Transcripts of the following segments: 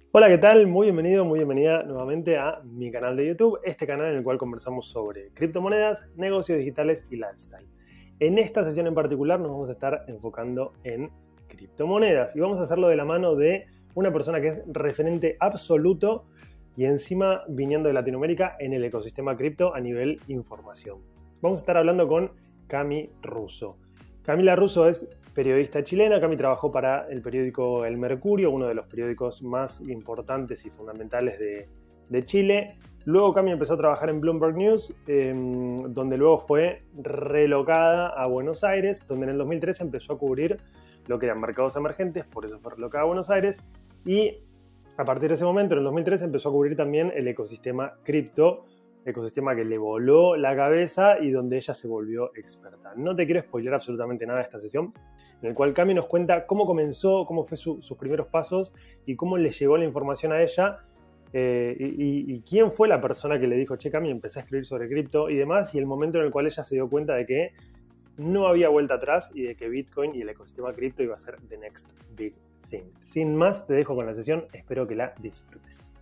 Hola, ¿qué tal? Muy bienvenido, muy bienvenida nuevamente a mi canal de YouTube, este canal en el cual conversamos sobre criptomonedas, negocios digitales y lifestyle. En esta sesión en particular nos vamos a estar enfocando en criptomonedas y vamos a hacerlo de la mano de una persona que es referente absoluto y encima viniendo de Latinoamérica en el ecosistema cripto a nivel información. Vamos a estar hablando con Cami Russo. Camila Russo es periodista chilena. Cami trabajó para el periódico El Mercurio, uno de los periódicos más importantes y fundamentales de Chile. Luego Cami empezó a trabajar en Bloomberg News, donde luego fue relocada a Buenos Aires, donde en el 2013 empezó a cubrir lo que eran mercados emergentes, por eso fue relocada a Buenos Aires, y a partir de ese momento, en el 2013, empezó a cubrir también el ecosistema cripto, ecosistema que le voló la cabeza y donde ella se volvió experta. No te quiero spoiler absolutamente nada de esta sesión, en el cual Cami nos cuenta cómo comenzó, cómo fue sus primeros pasos y cómo le llegó la información a ella y quién fue la persona que le dijo, che, Cami, empecé a escribir sobre cripto y demás, y el momento en el cual ella se dio cuenta de que no había vuelta atrás y de que Bitcoin y el ecosistema cripto iba a ser the next big thing. Sin más, te dejo con la sesión, espero que la disfrutes.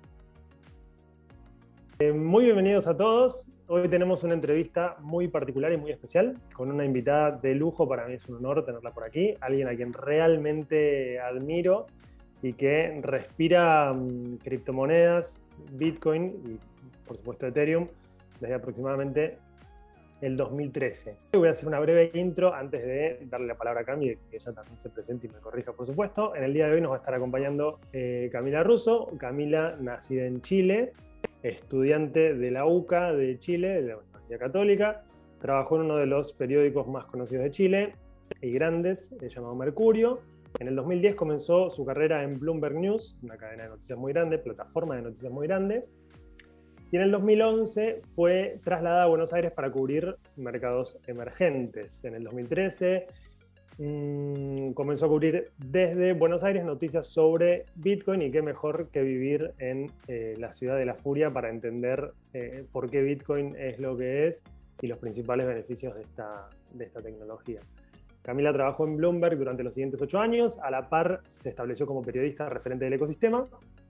Muy bienvenidos a todos. Hoy tenemos una entrevista muy particular y muy especial con una invitada de lujo. Para mí es un honor tenerla por aquí, alguien a quien realmente admiro y que respira criptomonedas, Bitcoin y por supuesto Ethereum desde aproximadamente el 2013. Voy a hacer una breve intro antes de darle la palabra a Cami, que ella también se presente y me corrija, por supuesto. En el día de hoy nos va a estar acompañando Camila Russo. Camila, nacida en Chile, estudiante de la UCA de Chile, de la Universidad Católica. Trabajó en uno de los periódicos más conocidos de Chile y grandes, llamado Mercurio. En el 2010 comenzó su carrera en Bloomberg News, una cadena de noticias muy grande, plataforma de noticias muy grande. Y en el 2011 fue trasladada a Buenos Aires para cubrir mercados emergentes. En el 2013 comenzó a cubrir desde Buenos Aires noticias sobre Bitcoin, y qué mejor que vivir en la ciudad de la furia para entender por qué Bitcoin es lo que es y los principales beneficios de esta tecnología. Camila trabajó en Bloomberg durante los siguientes 8 años, a la par se estableció como periodista referente del ecosistema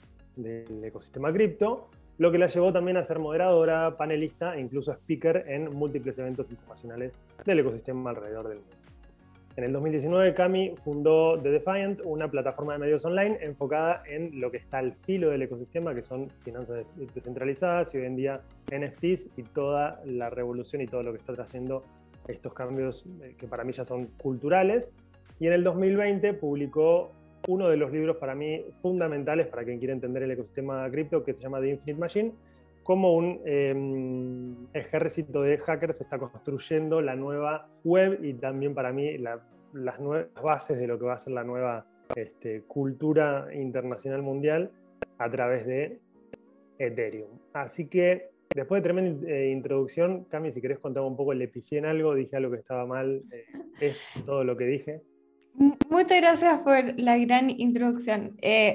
cripto, lo que la llevó también a ser moderadora, panelista e incluso speaker en múltiples eventos internacionales del ecosistema alrededor del mundo. En el 2019, Cami fundó The Defiant, una plataforma de medios online enfocada en lo que está al filo del ecosistema, que son finanzas descentralizadas y hoy en día NFTs y toda la revolución y todo lo que está trayendo estos cambios que para mí ya son culturales. Y en el 2020 publicó uno de los libros para mí fundamentales para quien quiera entender el ecosistema cripto, que se llama The Infinite Machine, cómo un ejército de hackers está construyendo la nueva web y también para mí las nuevas bases de lo que va a ser la nueva cultura internacional mundial a través de Ethereum. Así que después de tremenda introducción, Cami, si querés contar un poco, le pifié en algo, dije algo que estaba mal, es todo lo que dije. Muchas gracias por la gran introducción.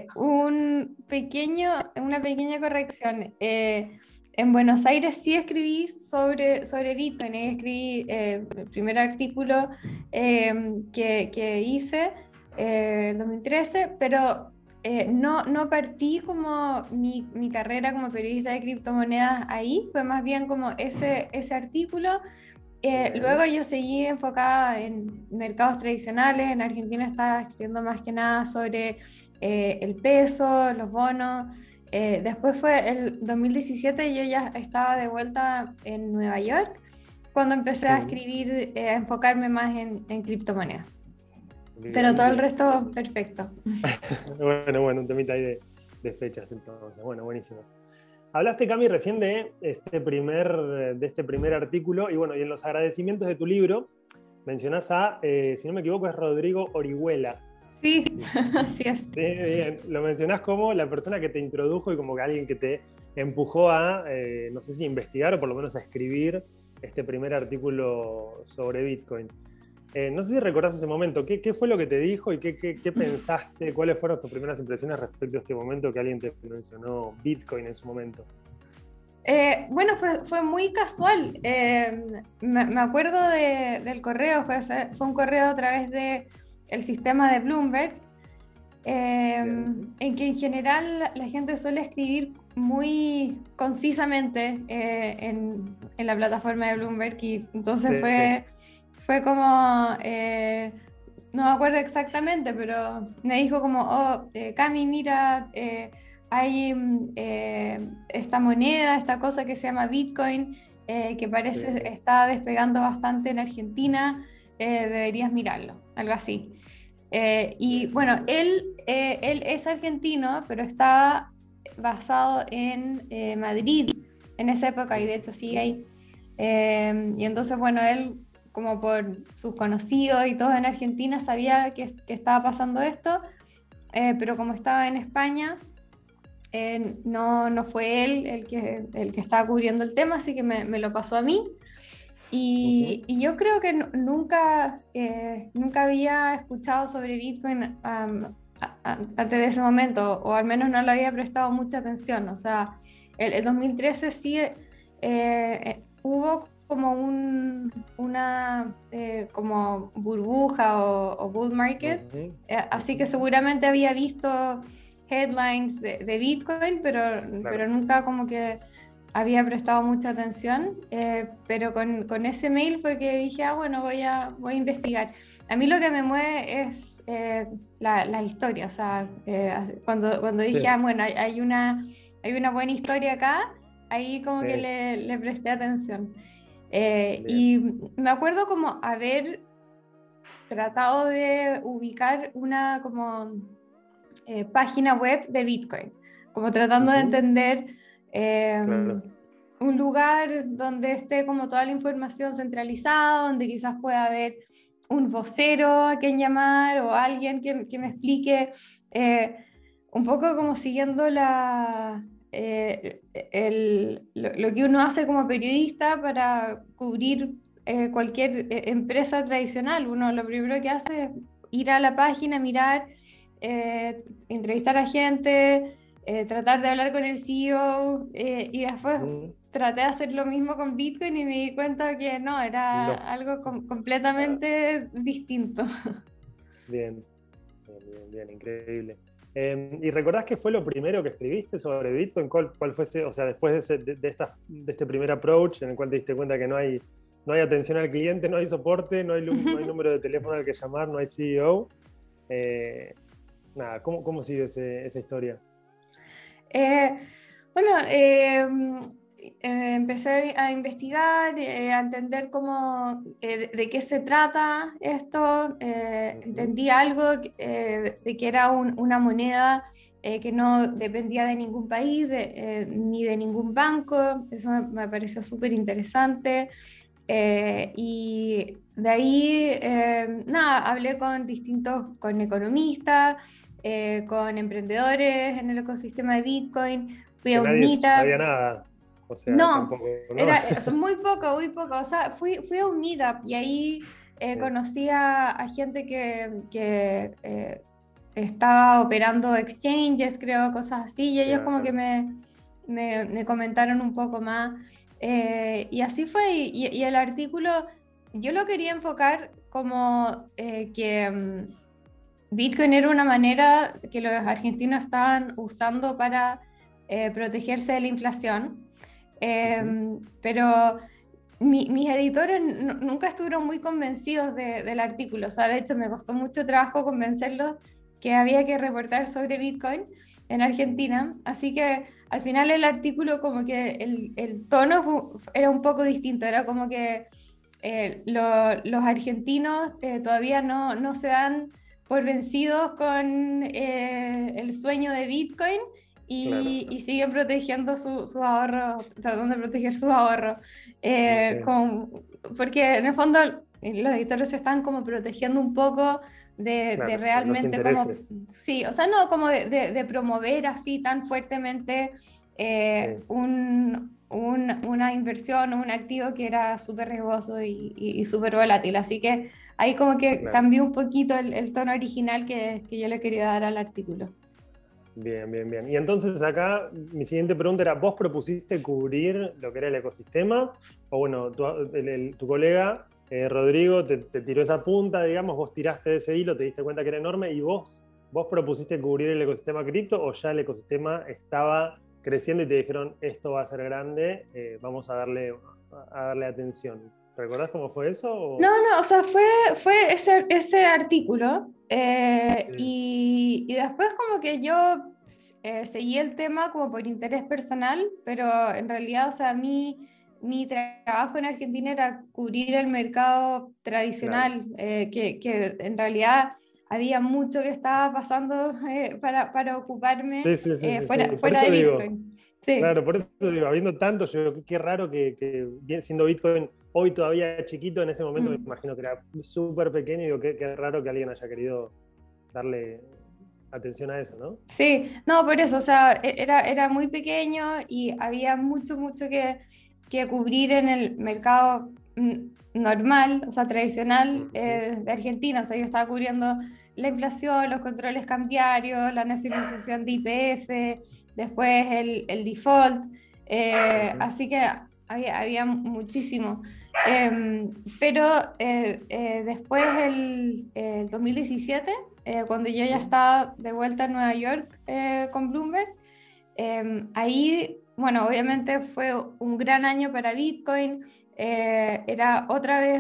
Una pequeña corrección. En Buenos Aires sí escribí sobre Bitcoin. Escribí el primer artículo que hice en 2013, pero no partí como mi carrera como periodista de criptomonedas ahí. Fue más bien como ese artículo. Luego yo seguí enfocada en mercados tradicionales. En Argentina estaba escribiendo más que nada sobre el peso, los bonos. Después fue el 2017, yo ya estaba de vuelta en Nueva York cuando empecé a escribir, a enfocarme más en criptomonedas. Bien, Pero todo el bien. resto, perfecto. Bueno, un temita ahí de fechas entonces. Bueno, buenísimo. Hablaste, Cami, recién de este primer artículo y bueno, y en los agradecimientos de tu libro mencionás a, si no me equivoco, es Rodrigo Orihuela. Sí, así es. Sí, bien. Lo mencionás como la persona que te introdujo y como que alguien que te empujó a, no sé si investigar o por lo menos a escribir este primer artículo sobre Bitcoin. No sé si recordás ese momento. ¿Qué fue lo que te dijo y qué pensaste? ¿Cuáles fueron tus primeras impresiones respecto a este momento que alguien te mencionó Bitcoin en su momento? Bueno, fue muy casual. Me acuerdo del correo, fue un correo a través del sistema de Bloomberg. Bien. en que en general la gente suele escribir muy concisamente en la plataforma de Bloomberg y entonces Sí, fue como, no me acuerdo exactamente, pero me dijo como, oh, Cami, mira, hay esta moneda, esta cosa que se llama Bitcoin, que parece sí. está despegando bastante en Argentina, deberías mirarlo, algo así. Y Bien. bueno, él es argentino, pero está basado en Madrid en esa época y de hecho sigue ahí. Y entonces, bueno, él, como por sus conocidos y todo en Argentina, sabía que estaba pasando esto, pero como estaba en España, no fue él el que estaba cubriendo el tema, así que me lo pasó a mí. Ujú. Y yo creo que nunca, nunca había escuchado sobre Bitcoin antes de ese momento, o al menos no le había prestado mucha atención. O sea, el 2013 sí hubo como una como burbuja o bull market, Ujú. así Ujú. que seguramente había visto headlines de Bitcoin, pero Claro. nunca como que había prestado mucha atención, pero con ese mail fue que dije, ah, bueno, voy a investigar. A mí lo que me mueve es la historia, o sea, cuando dije, ah, Sí, bueno, hay una buena historia acá, ahí como que sí. le presté atención. Bien. Y me acuerdo como haber tratado de ubicar una como página web de Bitcoin, como tratando de Ujú. entender eh, Claro. un lugar donde esté como toda la información centralizada, donde quizás pueda haber un vocero a quien llamar o alguien que me explique un poco como siguiendo lo que uno hace como periodista para cubrir cualquier empresa tradicional. Uno lo primero que hace es ir a la página, mirar, entrevistar a gente, tratar de hablar con el CEO y después Ujú. traté de hacer lo mismo con Bitcoin y me di cuenta que no, era No. algo Ah, completamente distinto. bien, bien, bien, bien, increíble. ¿Y recordás qué fue lo primero que escribiste sobre Bitcoin? ¿Cuál fue ese, o sea, después de este primer approach en el cual te diste cuenta que no hay atención al cliente, no hay soporte, no hay número de teléfono al que llamar, no hay CEO? Eh, Nada, ¿cómo sigue esa historia? Eh, bueno, empecé a investigar, a entender cómo, de qué se trata esto. Ujú. Entendí algo de que era una moneda que no dependía de ningún país ni de ningún banco. Eso me pareció súper interesante. Y de ahí, nada, hablé con economistas, con emprendedores en el ecosistema de Bitcoin, fui Que a un nadie sabía meetup. nada, o sea, No, tampoco, ¿no? era o sea, muy poco, muy poco. O sea, fui a un meetup y ahí Sí, conocí a gente que estaba operando exchanges, creo, cosas así, y ellos como que claro. me comentaron un poco más. Y así fue, y el artículo yo lo quería enfocar como que Bitcoin era una manera que los argentinos estaban usando para protegerse de la inflación. Ujú. Pero mis editores nunca estuvieron muy convencidos del artículo. O sea, de hecho, me costó mucho trabajo convencerlos que había que reportar sobre Bitcoin en Argentina. Así que al final el artículo como que el tono era un poco distinto. Era como que los argentinos todavía no se dan por vencidos con el sueño de Bitcoin Claro. y siguen protegiendo sus ahorros, tratando de proteger sus ahorros. eh, Bien. con, Porque en el fondo los editores se están como protegiendo un poco de Claro, los realmente como, intereses. sí, o sea, no como de promover así tan fuertemente Sí, una inversión o un activo que era súper riesgoso y súper volátil. Así que ahí como que claro. cambió un poquito el tono original que yo le quería dar al artículo. Bien, bien, bien. Y entonces acá mi siguiente pregunta era, ¿vos propusiste cubrir lo que era el ecosistema? O bueno, tu colega Rodrigo te tiró esa punta, digamos, vos tiraste de ese hilo, te diste cuenta que era enorme y vos ¿Vos propusiste cubrir el ecosistema cripto o ya el ecosistema estaba creciendo y te dijeron esto va a ser grande, vamos a darle atención? ¿Recordás cómo fue eso? No, no, o sea, fue ese artículo Sí, y después como que yo seguí el tema como por interés personal, pero en realidad, o sea, mi trabajo en Argentina era cubrir el mercado claro. tradicional, que en realidad había mucho que estaba pasando para ocuparme Sí, sí, sí, sí, sí. Por fuera eso de digo, Bitcoin. Sí. claro, por eso digo, habiendo tanto, yo digo, qué raro que siendo Bitcoin hoy todavía chiquito, en ese momento me Mm. imagino que era súper pequeño y digo, qué raro que alguien haya querido darle atención a eso, ¿no? Sí, no, por eso, o sea, era muy pequeño y había mucho que cubrir en el mercado normal, o sea, tradicional Ujú. de Argentina. O sea, yo estaba cubriendo la inflación, los controles cambiarios, la nacionalización de YPF, después el default, Ujú. así que había muchísimo. Pero después el 2017 cuando yo ya Ujú. estaba de vuelta en Nueva York con Bloomberg, ahí, bueno, obviamente fue un gran año para Bitcoin, era otra vez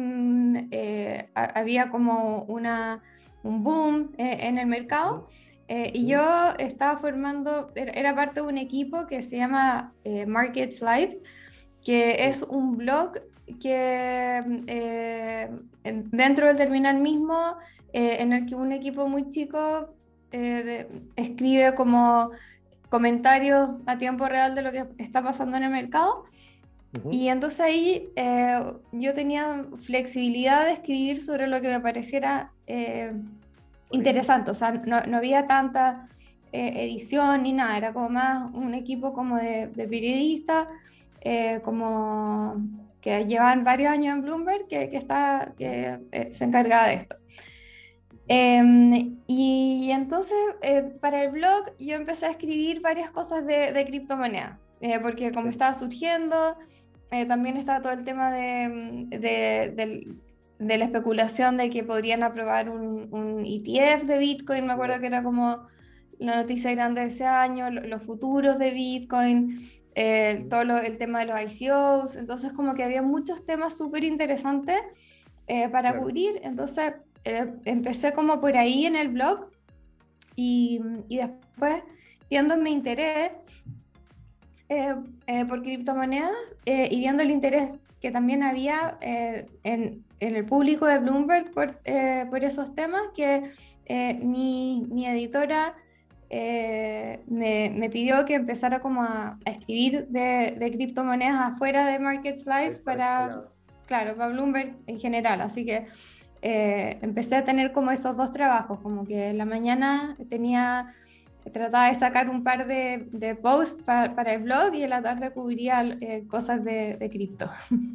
había como un boom en el mercado. Y Ujú. yo estaba formando, era parte de un equipo que se llama Markets Live, que Ujú. es un blog que dentro del terminal mismo, en el que un equipo muy chico escribe como comentarios a tiempo real de lo que está pasando en el mercado. Ujú. Y entonces ahí yo tenía flexibilidad de escribir sobre lo que me pareciera Buenísimo. interesante, o sea, no había tanta edición ni nada, era como más un equipo como de periodistas, como que llevan varios años en Bloomberg, Ujú. que se encarga de esto. Ujú. Y entonces, para el blog, yo empecé a escribir varias cosas de criptomonedas, porque como Sí, estaba surgiendo, también estaba todo el tema de la especulación de que podrían aprobar un ETF de Bitcoin. Me acuerdo ETF. que era como la noticia grande de ese año, los futuros de Bitcoin, Ujú. el tema de los ICOs. Entonces, como que había muchos temas súper interesantes para Claro. cubrir. Entonces, empecé como por ahí en el blog y después, viendo mi interés por criptomonedas y viendo el interés que también había en el público de Bloomberg por esos temas, que mi editora me pidió que empezara como a escribir de criptomonedas afuera de Markets Ahí Live por ese lado. claro, para Bloomberg en general. Así que empecé a tener como esos dos trabajos, como que en la mañana trataba de sacar un par de posts para el blog y en la tarde cubría cosas de cripto.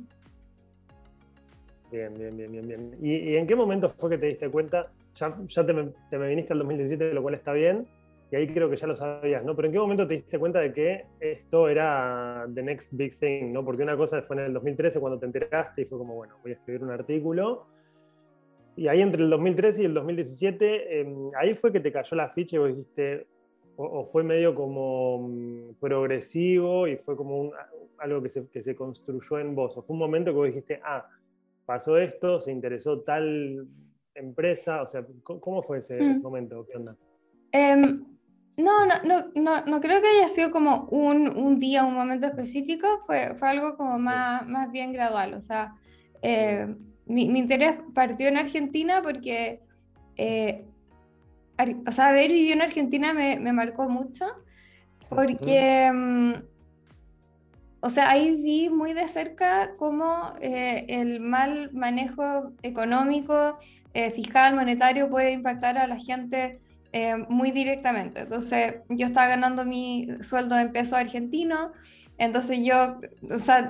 Bien, bien, bien, bien, bien. Y en qué momento fue que te diste cuenta? Ya te me viniste al 2017, lo cual está bien, y ahí creo que ya lo sabías, ¿no? Pero ¿en qué momento te diste cuenta de que esto era the next big thing, ¿no? Porque una cosa fue en el 2013 cuando te enteraste y fue como, bueno, voy a escribir un artículo. Y ahí entre el 2013 y el 2017, ahí fue que te cayó la ficha y vos dijiste, o fue medio como progresivo y fue como algo que se construyó en vos, o fue un momento que vos dijiste, ah, pasó esto, se interesó tal empresa, o sea, ¿cómo fue ese Mm. momento? ¿Qué onda? Em, no creo que haya sido como un día, un momento específico, fue algo como Sí. más bien gradual. O sea, Mm. mi interés partió en Argentina porque, o sea, haber vivido en Argentina me marcó mucho Ujú. porque o sea, ahí vi muy de cerca cómo el mal manejo económico, fiscal, monetario puede impactar a la gente muy directamente. Entonces, yo estaba ganando mi sueldo en peso argentino, entonces yo, o sea,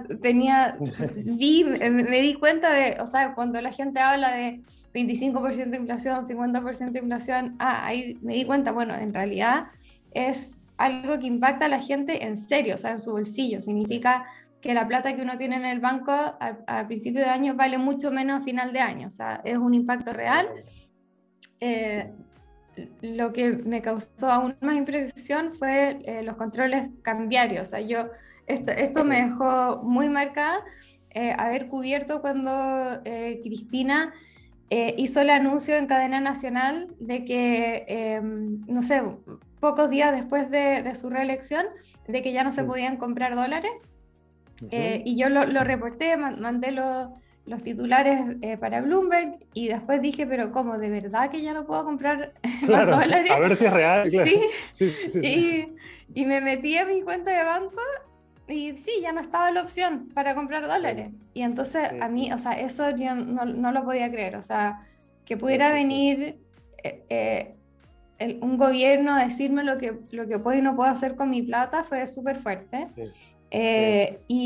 me di cuenta de, o sea, cuando la gente habla de 25% de inflación, 50% de inflación, ahí me di cuenta, bueno, en realidad es algo que impacta a la gente en serio, o sea, en su bolsillo. Sí. Significa que la plata que uno tiene en el banco al principio de año vale mucho menos a final de año, o sea, es un impacto real. Totalmente. Eh, lo que me causó aún más impresión fue los controles cambiarios. O sea, esto me dejó muy marcada, haber cubierto cuando Cristina hizo el anuncio en cadena nacional de que, no sé, pocos días después de su reelección, de que ya no se podían comprar dólares. Y yo lo reporté, mandé los titulares para Bloomberg y después dije, pero ¿cómo? ¿De verdad que ya no puedo comprar más Claro, dólares? a ver si es real, claro. Sí, Sí, sí, sí. y me metí a mi cuenta de banco y sí, ya no estaba la opción para comprar Claro. dólares. Y entonces Sí, a mí, sí. o sea, eso yo no lo podía creer. O sea, que Sí, pudiera sí, sí. venir un gobierno a decirme lo que puedo y no puedo hacer con mi plata fue súper fuerte. Sí, sí.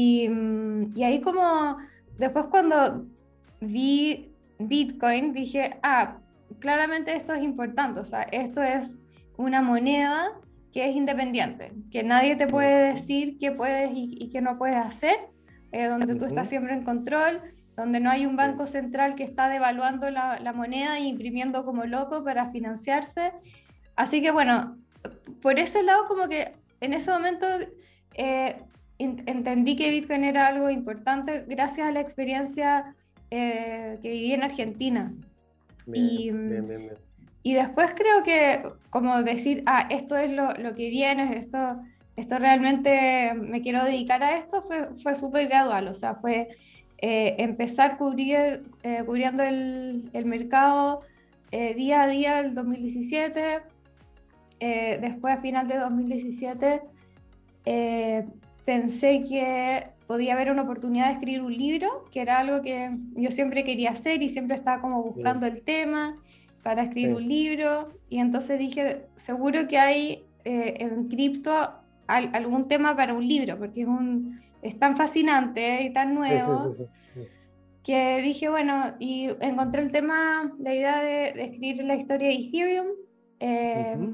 Y ahí como después cuando vi Bitcoin dije, claramente esto es importante, o sea, esto es una moneda que es independiente, que nadie te puede Ujú, decir qué puedes y qué no puedes hacer, donde tú estás ujú, siempre en control, donde no hay un sí, banco central que está devaluando la moneda e imprimiendo como loco para financiarse. Así que bueno, por ese lado como que en ese momento eh, entendí que Bitcoin era algo importante gracias a la experiencia que viví en Argentina. bien, Y, bien, bien, bien. y después creo que como decir, esto es lo que viene, esto realmente me quiero dedicar a esto, fue súper gradual, o sea, fue empezar cubriendo el mercado día a día el 2017, después a final de 2017 eh, pensé que podía haber una oportunidad de escribir un libro, que era algo que yo siempre quería hacer y siempre estaba como Bien, buscando el tema para escribir sí. un libro. Y entonces dije, seguro que hay en cripto algún tema para un libro, porque es tan fascinante y tan Sí, sí, sí, nuevo sí, sí. que dije, bueno, y encontré el tema, la idea de escribir la historia de Ethereum. eh, Ujú,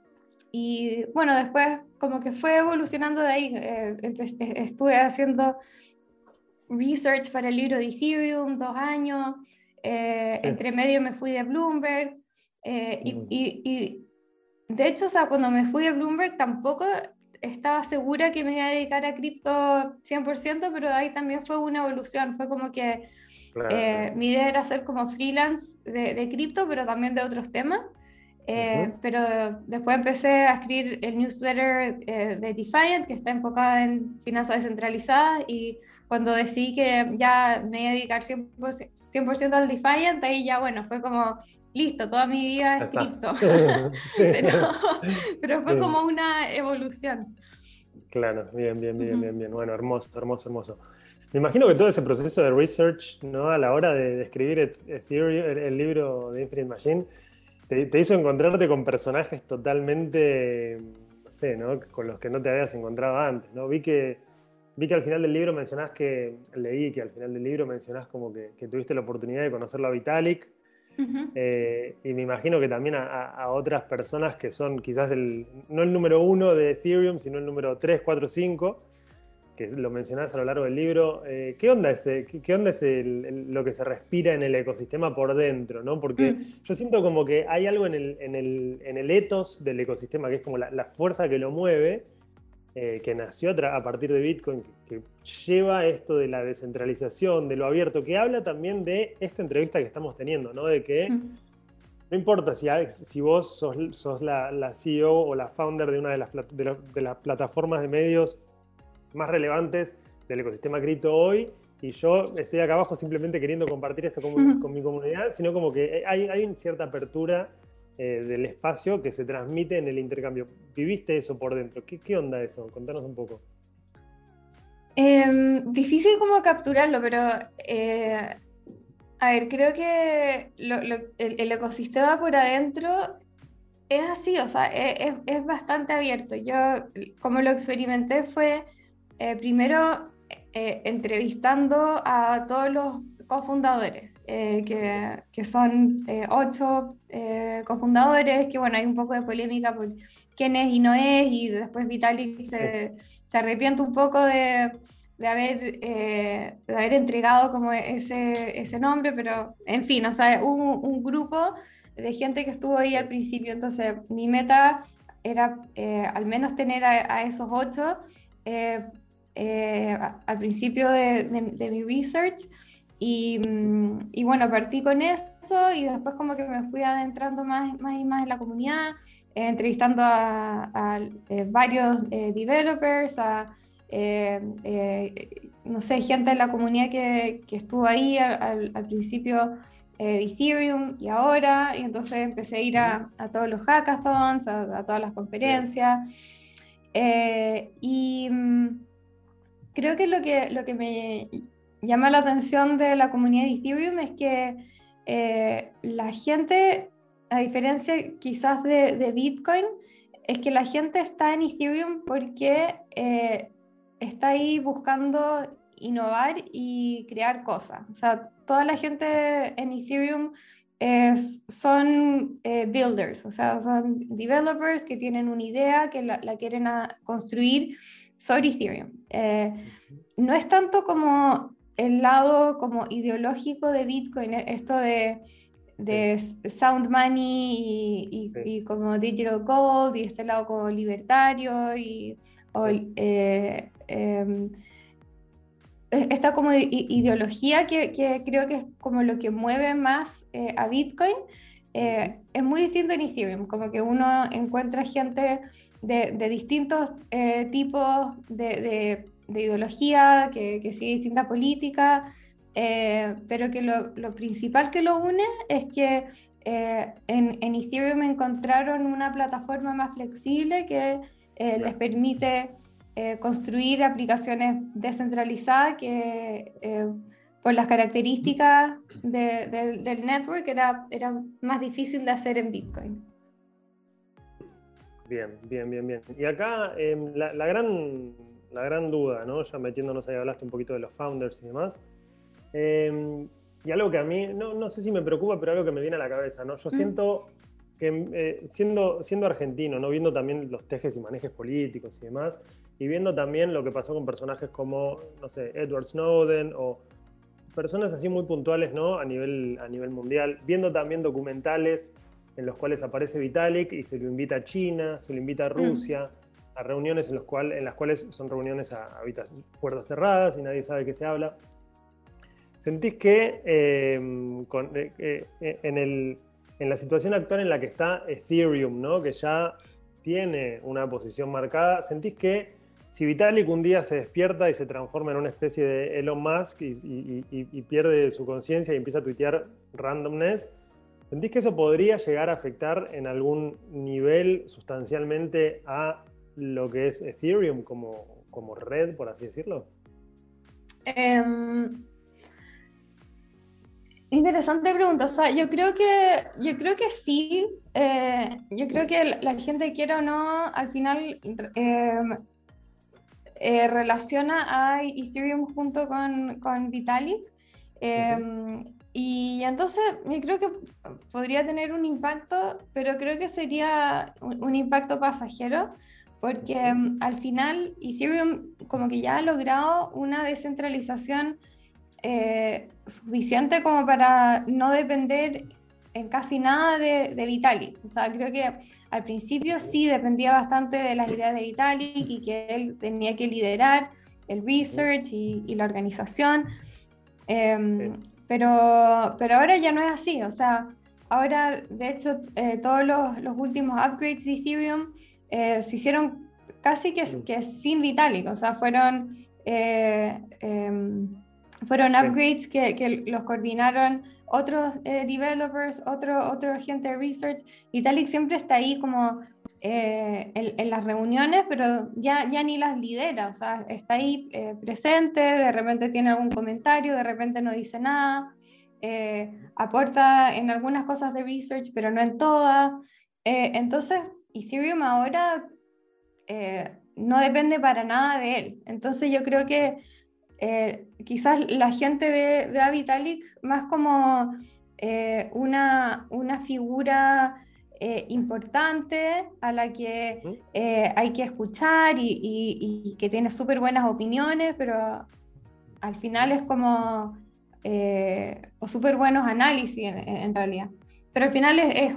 y bueno, después como que fue evolucionando de ahí. Estuve haciendo research para el libro de Ethereum 2 años. sí. Entre medio me fui de Bloomberg. Mm, De hecho, o sea, cuando me fui de Bloomberg tampoco estaba segura que me iba a dedicar a cripto 100%, pero ahí también fue una evolución. Fue como que claro. mi idea era ser como freelance de cripto, pero también de otros temas. Ujú, Pero después empecé a escribir el newsletter de Defiant, que está enfocada en finanzas descentralizadas, y cuando decidí que ya me iba a dedicar 100% al Defiant, ahí ya, bueno, fue como, listo, toda mi vida ya es está. cripto, Sí. pero, pero fue Bien, como una evolución. claro, bien, bien, bien, Ujú. bien, bien. Bueno, hermoso, hermoso, hermoso. Me imagino que todo ese proceso de research, ¿no? A la hora de escribir Ethereum, el libro de Infinite Machine, te hizo encontrarte con personajes totalmente, no sé, ¿no? Con los que no te habías encontrado antes, ¿no? Vi que al final del libro leí que al final del libro mencionás como que tuviste la oportunidad de conocerlo a Vitalik, Ujú. y me imagino que también a otras personas que son quizás no el número uno de Ethereum, sino el número 3, 4, 5, que lo mencionás a lo largo del libro. ¿Qué onda qué onda es lo que se respira en el ecosistema por dentro, ¿no? Porque Mm. yo siento como que hay algo en el ethos del ecosistema, que es como la fuerza que lo mueve, que nació a partir de Bitcoin, que lleva esto de la descentralización, de lo abierto, que habla también de esta entrevista que estamos teniendo, ¿no? De que Mm. no importa si vos sos la CEO o la founder de una de las plataformas de medios más relevantes del ecosistema cripto hoy, y yo estoy acá abajo simplemente queriendo compartir esto con mi comunidad, sino como que hay una cierta apertura del espacio que se transmite en el intercambio. ¿Viviste eso por dentro? ¿Qué onda eso? Contanos un poco. Difícil como capturarlo, pero a ver, creo que el ecosistema por adentro es así, o sea, es bastante abierto. Yo, como lo experimenté, fue primero entrevistando a todos los cofundadores, que son 8 cofundadores, que bueno, hay un poco de polémica por quién es y no es, y después Vitalik Sí. se arrepiente un poco de haber entregado como ese nombre, pero en fin, o sea, hubo un grupo de gente que estuvo ahí al principio. Entonces, mi meta era al menos tener a esos 8 al principio de mi research. Y bueno, partí con eso y después como que me fui adentrando más y más en la comunidad, entrevistando a varios developers, no sé, gente de la comunidad que estuvo ahí al principio de Ethereum y ahora, y entonces empecé a ir a todos los hackathons, a todas las conferencias. Creo que lo que me llama la atención de la comunidad de Ethereum es que la gente, a diferencia quizás de Bitcoin, es que la gente está en Ethereum porque está ahí buscando innovar y crear cosas. O sea, toda la gente en Ethereum son builders, o sea, son developers que tienen una idea, que la quieren construir sobre Ethereum. No es tanto como el lado como ideológico de Bitcoin, esto de sound money y como digital gold, y este lado como libertario esta como ideología que creo que es como lo que mueve más a Bitcoin. Es muy distinto en Ethereum, como que uno encuentra gente de distintos tipos de ideología, que sigue distinta política, pero que lo principal que lo une es que en Ethereum encontraron una plataforma más flexible que les permite construir aplicaciones descentralizadas que por las características del network era más difícil de hacer en Bitcoin. Bien. Y acá la gran duda, ¿no? Ya metiéndonos ahí, hablaste un poquito de los founders y demás. Y algo que a mí, no sé si me preocupa, pero algo que me viene a la cabeza, ¿no? Yo siento que siendo argentino, ¿no? Viendo también los tejes y manejes políticos y demás, y viendo también lo que pasó con personajes como, no sé, Edward Snowden o personas así muy puntuales, ¿no? A nivel mundial, viendo también documentales en los cuales aparece Vitalik y se lo invita a China, se lo invita a Rusia, a reuniones en las cuales son reuniones a puertas cerradas y nadie sabe qué se habla. ¿Sentís que en la situación actual en la que está Ethereum, ¿no? Que ya tiene una posición marcada, ¿sentís que si Vitalik un día se despierta y se transforma en una especie de Elon Musk y pierde su conciencia y empieza a tuitear randomness, ¿sentís que eso podría llegar a afectar en algún nivel sustancialmente a lo que es Ethereum como red, por así decirlo? Interesante pregunta. O sea, yo creo que sí. Yo creo que la gente, quiera o no, al final relaciona a Ethereum junto con Vitalik. Y entonces yo creo que podría tener un impacto, pero creo que sería un impacto pasajero, porque al final Ethereum como que ya ha logrado una descentralización suficiente como para no depender en casi nada de Vitalik. O sea, creo que al principio sí dependía bastante de las ideas de Vitalik y que él tenía que liderar el research y la organización. Pero ahora ya no es así. O sea, ahora de hecho todos los últimos upgrades de Ethereum se hicieron casi que sin Vitalik. O sea, fueron upgrades que los coordinaron otros developers, otro gente de research. Vitalik siempre está ahí como en las reuniones, pero ya ni las lidera. O sea, está ahí presente, de repente tiene algún comentario, de repente no dice nada, aporta en algunas cosas de research, pero no en todas. Entonces, Ethereum ahora no depende para nada de él. Entonces yo creo que quizás la gente ve a Vitalik más como una figura importante a la que hay que escuchar y que tiene súper buenas opiniones, pero al final es como o súper buenos análisis en realidad. pero al final es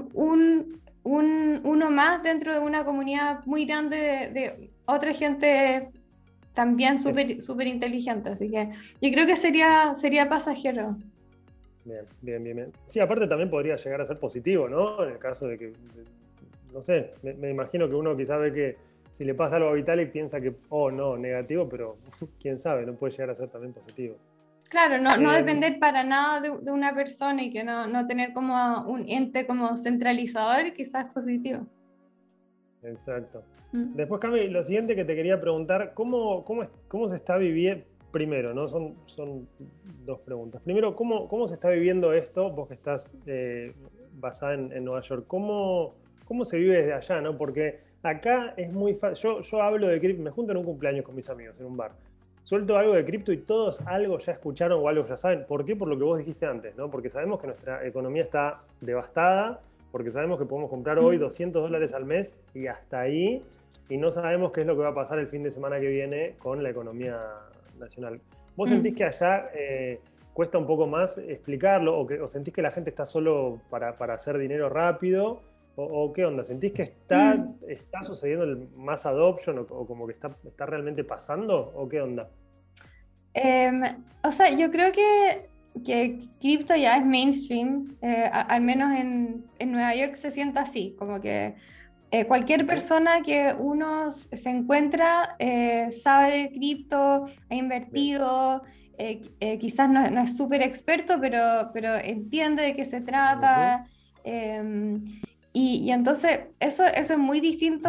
uno más dentro de una comunidad muy grande de otra gente también súper inteligente, así que yo creo que sería pasajero. Bien, bien, bien, bien. Sí, aparte también podría llegar a ser positivo, ¿no? En el caso de que, no sé, me imagino que uno quizá ve que si le pasa algo a Vitalik piensa que, oh, no, negativo, pero quién sabe, no puede llegar a ser también positivo. Claro, no Eh, depender para nada de una persona y que no tener como un ente como centralizador, quizás positivo. exacto. Mm. Después, Cami, lo siguiente que te quería preguntar, ¿cómo se está viviendo? Primero, ¿no? Son dos preguntas. Primero, ¿cómo se está viviendo esto? Vos que estás basada en Nueva York, ¿cómo se vive desde allá, ¿no? Porque acá es muy fácil. Yo hablo de cripto, me junto en un cumpleaños con mis amigos en un bar. Suelto algo de cripto y todos algo ya escucharon o algo ya saben. ¿Por qué? Por lo que vos dijiste antes, ¿no? Porque sabemos que nuestra economía está devastada, porque sabemos que podemos comprar hoy Mm. $200 al mes y hasta ahí, y no sabemos qué es lo que va a pasar el fin de semana que viene con la economía nacional. ¿Vos sentís Mm. que allá cuesta un poco más explicarlo o sentís que la gente está solo para hacer dinero rápido? ¿O qué onda? ¿Sentís que Mm. está sucediendo el mass adoption o como que está realmente pasando? ¿O qué onda? Em, o sea, yo creo que cripto ya es mainstream, al menos en Nueva York se siente así, como que cualquier Ujú. persona que uno se encuentra sabe de cripto, ha Bien. invertido, quizás no es súper experto, pero entiende de qué se Ujú. trata. eh, y entonces eso es muy distinto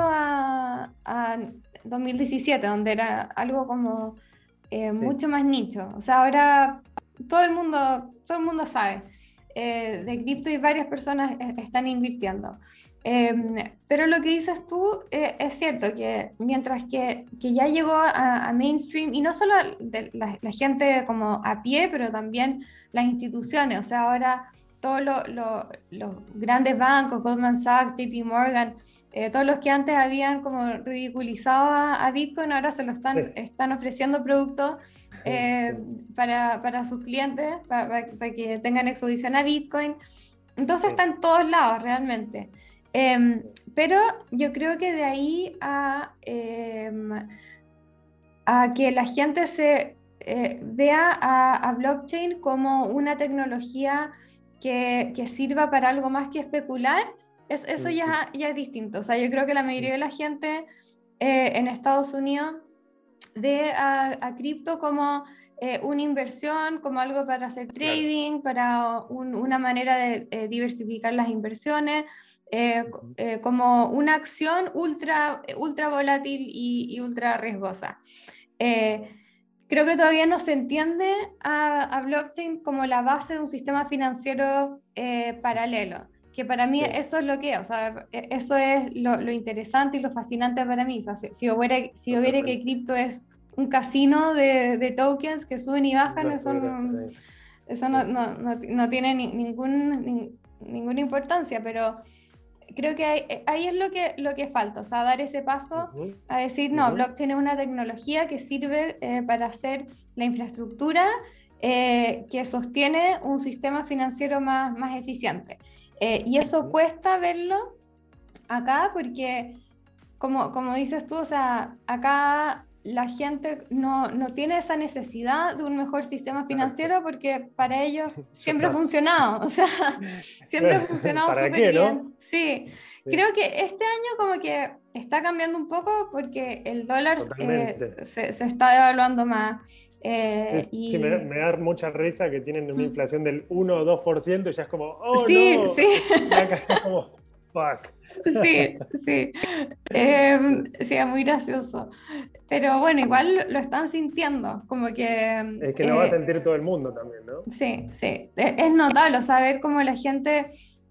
a 2017, donde era algo como Sí. mucho más nicho. O sea, ahora todo el mundo sabe de cripto y varias personas están invirtiendo. Pero lo que dices tú es cierto, que mientras que ya llegó a mainstream, y no solo de la gente como a pie, pero también las instituciones, o sea, ahora todos los grandes bancos, Goldman Sachs, JP Morgan, todos los que antes habían como ridiculizado a Bitcoin, ahora se lo Sí. están ofreciendo productos eh, Sí. para sus clientes, para que tengan exposición a Bitcoin. Entonces Sí. está en todos lados realmente. Pero yo creo que de ahí a que la gente se vea a blockchain como una tecnología que sirva para algo más que especular, eso Ujú. ya es distinto. O sea, yo creo que la mayoría de la gente en Estados Unidos ve a cripto como una inversión, como algo para hacer Claro. trading, para una manera de diversificar las inversiones, Ujú. como una acción ultra volátil y ultra riesgosa. Eh, Creo que todavía no se entiende a blockchain como la base de un sistema financiero paralelo, que para mí Sí, eso es lo que es, o sea, eso es lo interesante y lo fascinante para mí. O sea, si hubiera que totalmente. cripto es un casino de tokens que suben y bajan, No eso estuviera, no, sí, eso sí. no tiene ninguna importancia, pero creo que ahí es lo que falta, o sea, dar ese paso Ujú. a decir, no, Ujú. blockchain es una tecnología que sirve para hacer la infraestructura que sostiene un sistema financiero más eficiente. Y eso Ujú. cuesta verlo acá porque como dices tú, o sea, acá la gente no tiene esa necesidad de un mejor sistema Exacto. financiero porque para ellos Ya siempre ha está. funcionado, o sea, siempre ha funcionado ¿Para súper qué, no? bien. Sí, Sí, creo que este año como que está cambiando un poco porque el dólar totalmente. se está devaluando más. Sí, sí, Y me da mucha risa que tienen una inflación del 1 o 2% y ya es como, oh sí, no, sí. y acá es como, fuck. Sí, sí. Sí, es muy gracioso. Pero bueno, Sí. igual lo están sintiendo, como que Es que lo va a sentir todo el mundo también, ¿no? sí, sí. Es notable, o sea, ver cómo la gente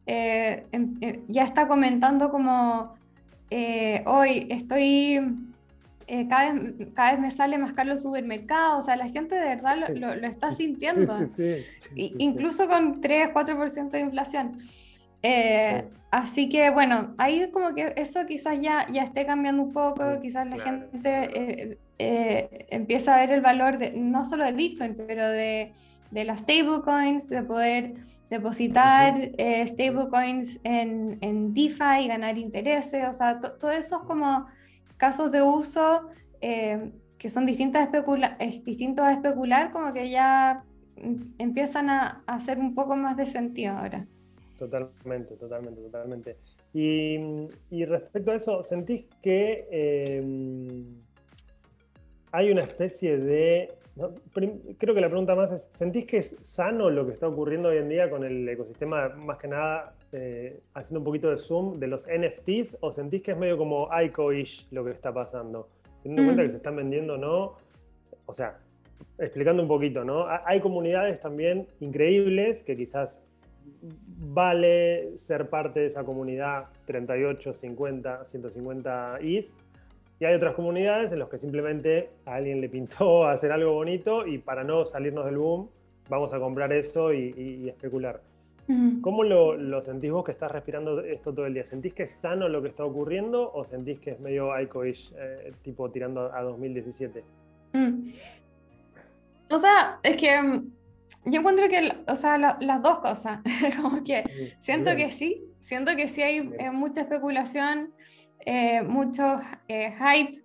ya está comentando como hoy estoy cada vez me sale más caro el supermercado, o sea, la gente de verdad lo, Sí, lo- lo está sí, sintiendo, sí, sí, sí, sí, sí, incluso con 3-4% de inflación. sí. Así que bueno, ahí como que eso quizás ya esté cambiando un poco, quizás la Claro, gente es verdad. empieza a ver el valor no solo de Bitcoin, pero de las stablecoins, de poder depositar stablecoins en DeFi y ganar intereses, o sea, todo eso es como casos de uso que son distintos a especular, como que ya empiezan a hacer un poco más de sentido ahora. Totalmente, totalmente, totalmente. Y respecto a eso, ¿sentís que hay una especie de... ¿no? Creo que la pregunta más es, ¿sentís que es sano lo que está ocurriendo hoy en día con el ecosistema, más que nada, haciendo un poquito de zoom, de los NFTs? ¿O sentís que es medio como ICO-ish lo que está pasando? Teniendo en cuenta que se están vendiendo, ¿no? O sea, explicando un poquito, ¿no? Hay comunidades también increíbles que quizás vale ser parte de esa comunidad 38, 50, 150 ETH. Y hay otras comunidades en las que simplemente a alguien le pintó hacer algo bonito y para no salirnos del boom, vamos a comprar eso y especular. ¿Cómo lo sentís vos que estás respirando esto todo el día? ¿Sentís que es sano lo que está ocurriendo o sentís que es medio ICO-ish, tipo tirando a 2017? O sea, es que yo encuentro que, o sea, las dos cosas, como que siento que sí hay mucha especulación, mucho hype,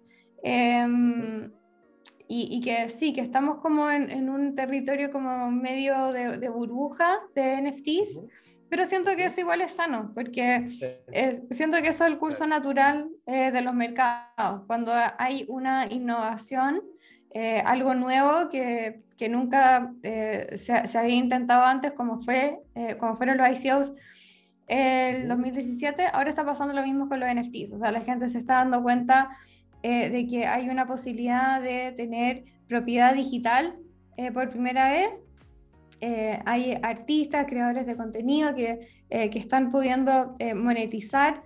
y que sí, que estamos como en un territorio como medio de burbuja de NFTs, pero siento que eso igual es sano, porque siento que eso es el curso natural de los mercados, cuando hay una innovación, algo nuevo que nunca se había intentado antes, como fueron los ICOs el 2017, ahora está pasando lo mismo con los NFTs, o sea, la gente se está dando cuenta de que hay una posibilidad de tener propiedad digital por primera vez. Hay artistas, creadores de contenido que están pudiendo monetizar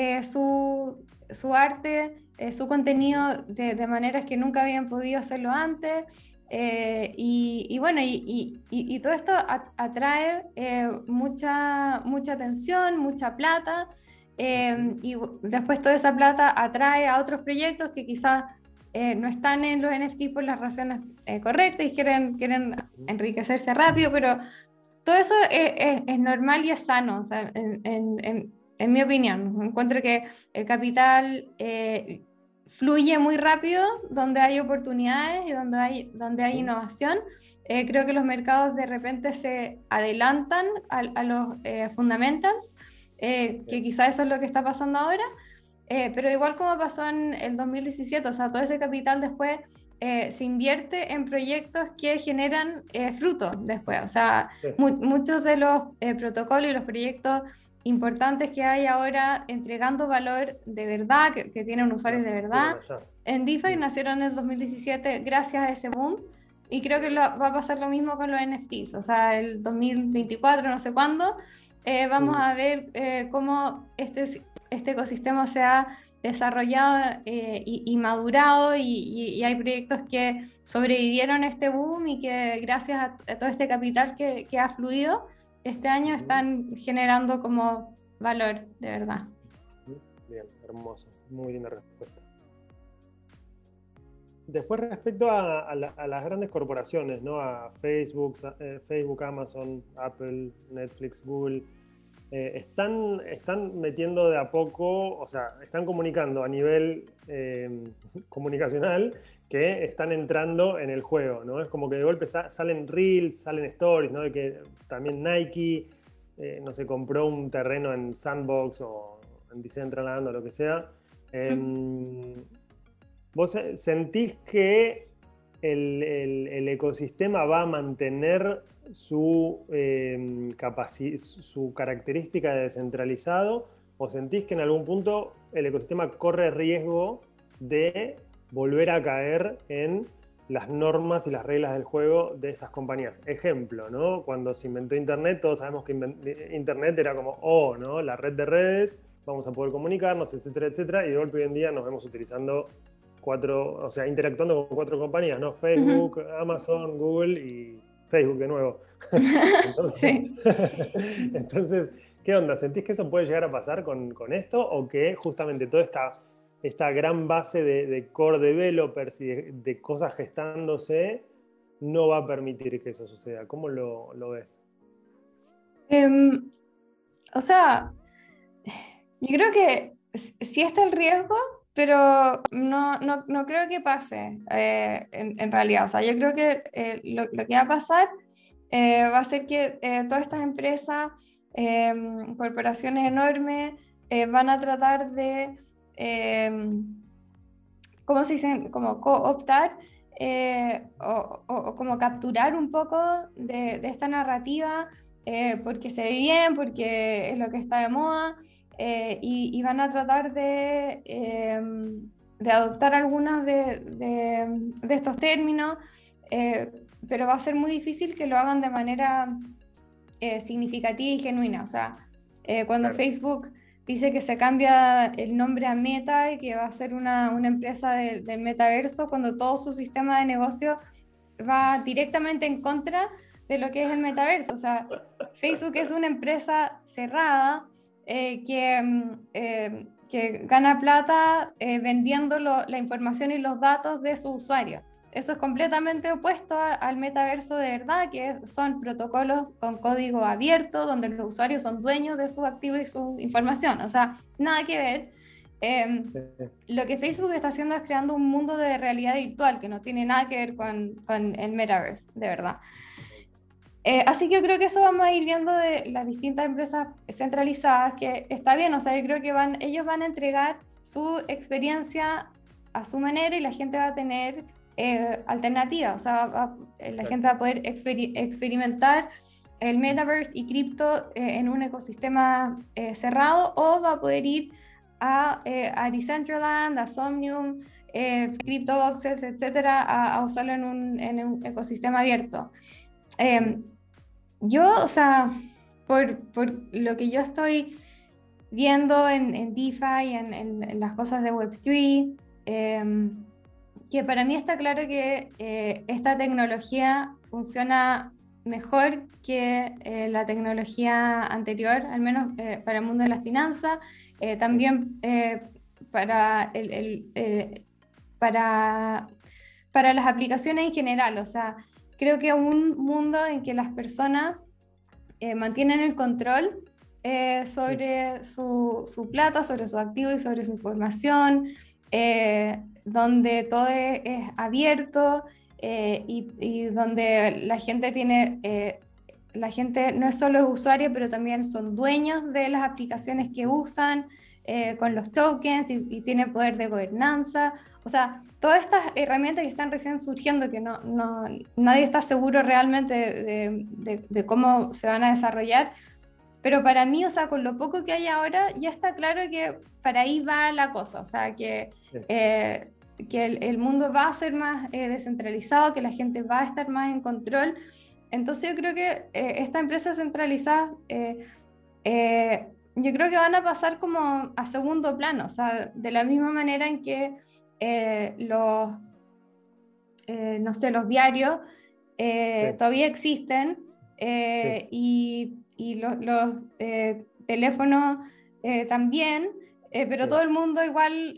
su arte, su contenido de maneras que nunca habían podido hacerlo antes. Y bueno, y todo esto atrae mucha atención, mucha plata. Y después toda esa plata atrae a otros proyectos que quizás no están en los NFT por las razones correctas y quieren enriquecerse rápido, pero todo eso es normal y es sano, o sea, en mi opinión. Encuentro que el capital fluye muy rápido donde hay oportunidades y donde hay innovación. Creo que los mercados de repente se adelantan a los fundamentals, que quizás eso es lo que está pasando ahora, pero igual como pasó en el 2017, o sea, todo ese capital después se invierte en proyectos que generan frutos después, o sea, muchos de los protocolos y los proyectos importantes que hay ahora entregando valor de verdad, que tienen usuarios de verdad, en DeFi nacieron en el 2017 gracias a ese boom. Y creo que va a pasar lo mismo con los NFTs, o sea, el 2024, no sé cuándo, vamos a ver cómo este ecosistema se ha desarrollado y madurado, y hay proyectos que sobrevivieron a este boom y que gracias a todo este capital que ha fluido este año están generando como valor, de verdad. Bien, hermoso, muy linda respuesta. Después, respecto a las grandes corporaciones, ¿no? A Facebook, Amazon, Apple, Netflix, Google, están metiendo de a poco, o sea, están comunicando a nivel comunicacional que están entrando en el juego, ¿no? Es como que de golpe salen Reels, salen Stories, ¿no? De que también Nike, no sé, compró un terreno en Sandbox o en Decentraland o lo que sea. ¿Vos sentís que el ecosistema va a mantener su característica de descentralizado, o sentís que en algún punto el ecosistema corre riesgo de volver a caer en las normas y las reglas del juego de estas compañías? Ejemplo, ¿no? Cuando se inventó Internet, todos sabemos que Internet era como, ¿no? La red de redes, vamos a poder comunicarnos, etcétera, etcétera, y de golpe hoy en día nos vemos utilizando interactuando con 4 compañías, ¿no? Facebook, Amazon, Google y Facebook de nuevo. Entonces, ¿qué onda? ¿Sentís que eso puede llegar a pasar con esto? ¿O que justamente toda esta gran base de core developers y de cosas gestándose no va a permitir que eso suceda. ¿Cómo lo ves? O sea, yo creo que sí está el riesgo, pero no creo que pase en realidad. O sea, yo creo que lo que va a pasar va a ser que todas estas empresas, corporaciones enormes, van a tratar de, ¿cómo se dice? Como cooptar o como capturar un poco de esta narrativa porque se ve bien, porque es lo que está de moda y van a tratar de adoptar algunos de estos términos, pero va a ser muy difícil que lo hagan de manera significativa y genuina. O sea, cuando Claro. Facebook dice que se cambia el nombre a Meta y que va a ser una empresa del metaverso, cuando todo su sistema de negocio va directamente en contra de lo que es el metaverso. O sea, Facebook es una empresa cerrada que gana plata vendiendo la información y los datos de sus usuarios. Eso es completamente opuesto al metaverso de verdad, que son protocolos con código abierto, donde los usuarios son dueños de sus activos y su información. O sea, nada que ver. Sí, Lo que Facebook está haciendo es creando un mundo de realidad virtual que no tiene nada que ver con el metaverse, de verdad. Así que yo creo que eso vamos a ir viendo de las distintas empresas centralizadas, que está bien, o sea, yo creo que ellos van a entregar su experiencia a su manera y la gente va a tener alternativas, o sea, la gente va a poder experimentar el metaverse y cripto en un ecosistema cerrado o va a poder ir a Decentraland, a Somnium, CryptoBoxes, etcétera, a usarlo en un ecosistema abierto. Yo, o sea, por lo que yo estoy viendo en DeFi, en las cosas de Web3, que para mí está claro que esta tecnología funciona mejor que la tecnología anterior, al menos para el mundo de las finanzas, también para, para, para las aplicaciones en general. O sea, creo que un mundo en que las personas mantienen el control sobre su plata, sobre su activo y sobre su información, donde todo es abierto y donde la gente no es solo usuario, pero también son dueños de las aplicaciones que usan con los tokens y tienen poder de gobernanza. O sea, todas estas herramientas que están recién surgiendo, que nadie está seguro realmente de cómo se van a desarrollar, pero para mí, o sea, con lo poco que hay ahora, ya está claro que para ahí va la cosa, o sea, sí. que el mundo va a ser más descentralizado, que la gente va a estar más en control. Entonces yo creo que estas empresas centralizadas, yo creo que van a pasar como a segundo plano, o sea, de la misma manera en que no sé, los diarios Sí, todavía existen sí, y los teléfonos también, pero todo sí. el mundo igual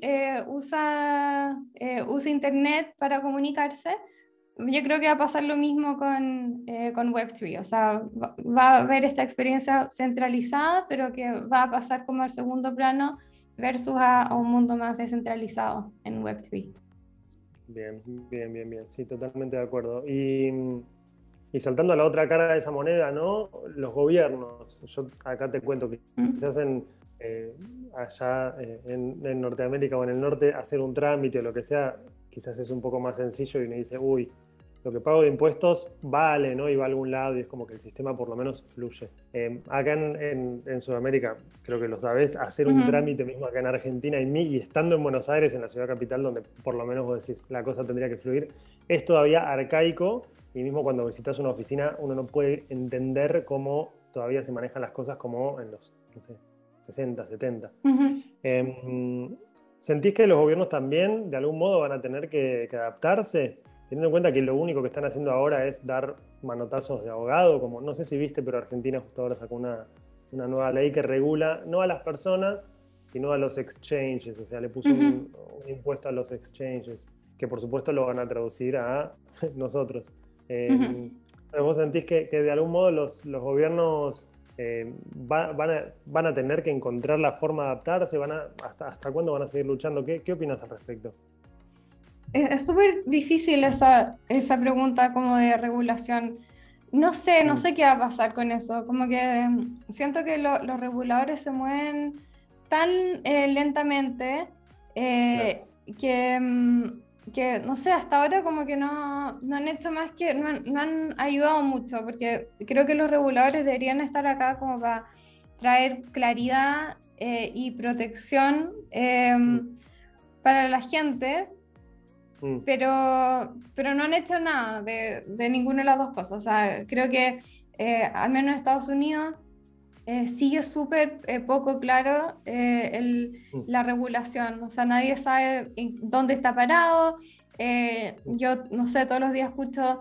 usa internet para comunicarse. Yo creo que va a pasar lo mismo con Web3, o sea, va a haber esta experiencia centralizada, pero que va a pasar como al segundo plano versus a un mundo más descentralizado en Web3. Bien, bien, bien, bien. Sí, totalmente de acuerdo. Y saltando a la otra cara de esa moneda, ¿no? Los gobiernos. Yo acá te cuento que ¿Mm? quizás allá en Norteamérica o en el norte hacer un trámite o lo que sea, quizás es un poco más sencillo y uno dice, uy, lo que pago de impuestos vale, ¿no? Y va a algún lado y es como que el sistema por lo menos fluye. Acá en Sudamérica, creo que lo sabés, hacer un Ujú. trámite mismo acá en Argentina y estando en Buenos Aires, en la ciudad capital, donde por lo menos vos decís la cosa tendría que fluir, es todavía arcaico y mismo cuando visitas una oficina uno no puede entender cómo todavía se manejan las cosas como en los, no sé, 60, 70. Ujú. ¿Sentís que los gobiernos también de algún modo van a tener que adaptarse? Teniendo en cuenta que lo único que están haciendo ahora es dar manotazos de abogado, como no sé si viste, pero Argentina justo ahora sacó una nueva ley que regula no a las personas, sino a los exchanges, o sea, le puso Ujú. un impuesto a los exchanges, que por supuesto lo van a traducir a nosotros. Ujú. ¿Vos sentís que de algún modo los gobiernos van a tener que encontrar la forma de adaptarse? ¿Hasta cuándo van a seguir luchando? ¿Qué opinas al respecto? Es súper difícil esa pregunta como de regulación. No Mm, sé qué va a pasar con eso. Como que siento que los reguladores se mueven tan lentamente claro. eh, que, que, no sé, hasta ahora como que no han hecho más que, no han ayudado mucho, porque creo que los reguladores deberían estar acá como para traer claridad y protección Mm, para la gente, mm, pero no han hecho nada de ninguna de las dos cosas. O sea, creo que al menos en Estados Unidos sigue súper poco claro mm, la regulación. O sea, nadie sabe en dónde está parado. mm. Yo, no sé, todos los días escucho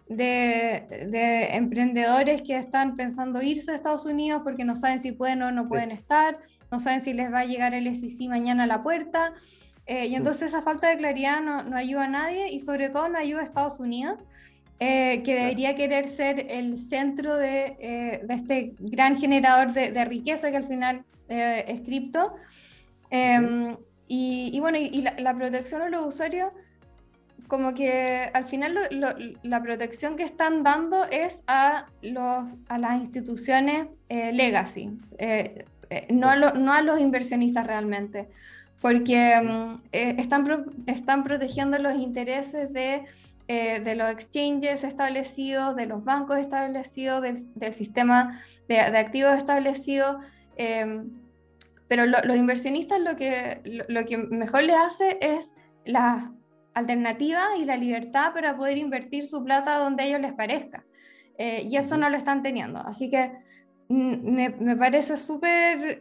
de emprendedores que están pensando irse a Estados Unidos porque no saben si pueden o no Sí. pueden estar, no saben si les va a llegar el SEC mañana a la puerta. Y Mm, entonces esa falta de claridad no ayuda a nadie y sobre todo no ayuda a Estados Unidos, que claro. debería querer ser el centro de este gran generador de riqueza que al final es cripto. Ujú. Y bueno, y la protección a los usuarios, como que al final la protección que están dando es a las instituciones legacy, Sí. no a los inversionistas realmente, porque Ujú. están protegiendo los intereses de los exchanges establecidos, de los bancos establecidos, del sistema de activos establecidos. eh, pero los inversionistas lo que mejor les hace es la alternativa y la libertad para poder invertir su plata donde a ellos les parezca. Y eso Ujú. no lo están teniendo. Así que me parece súper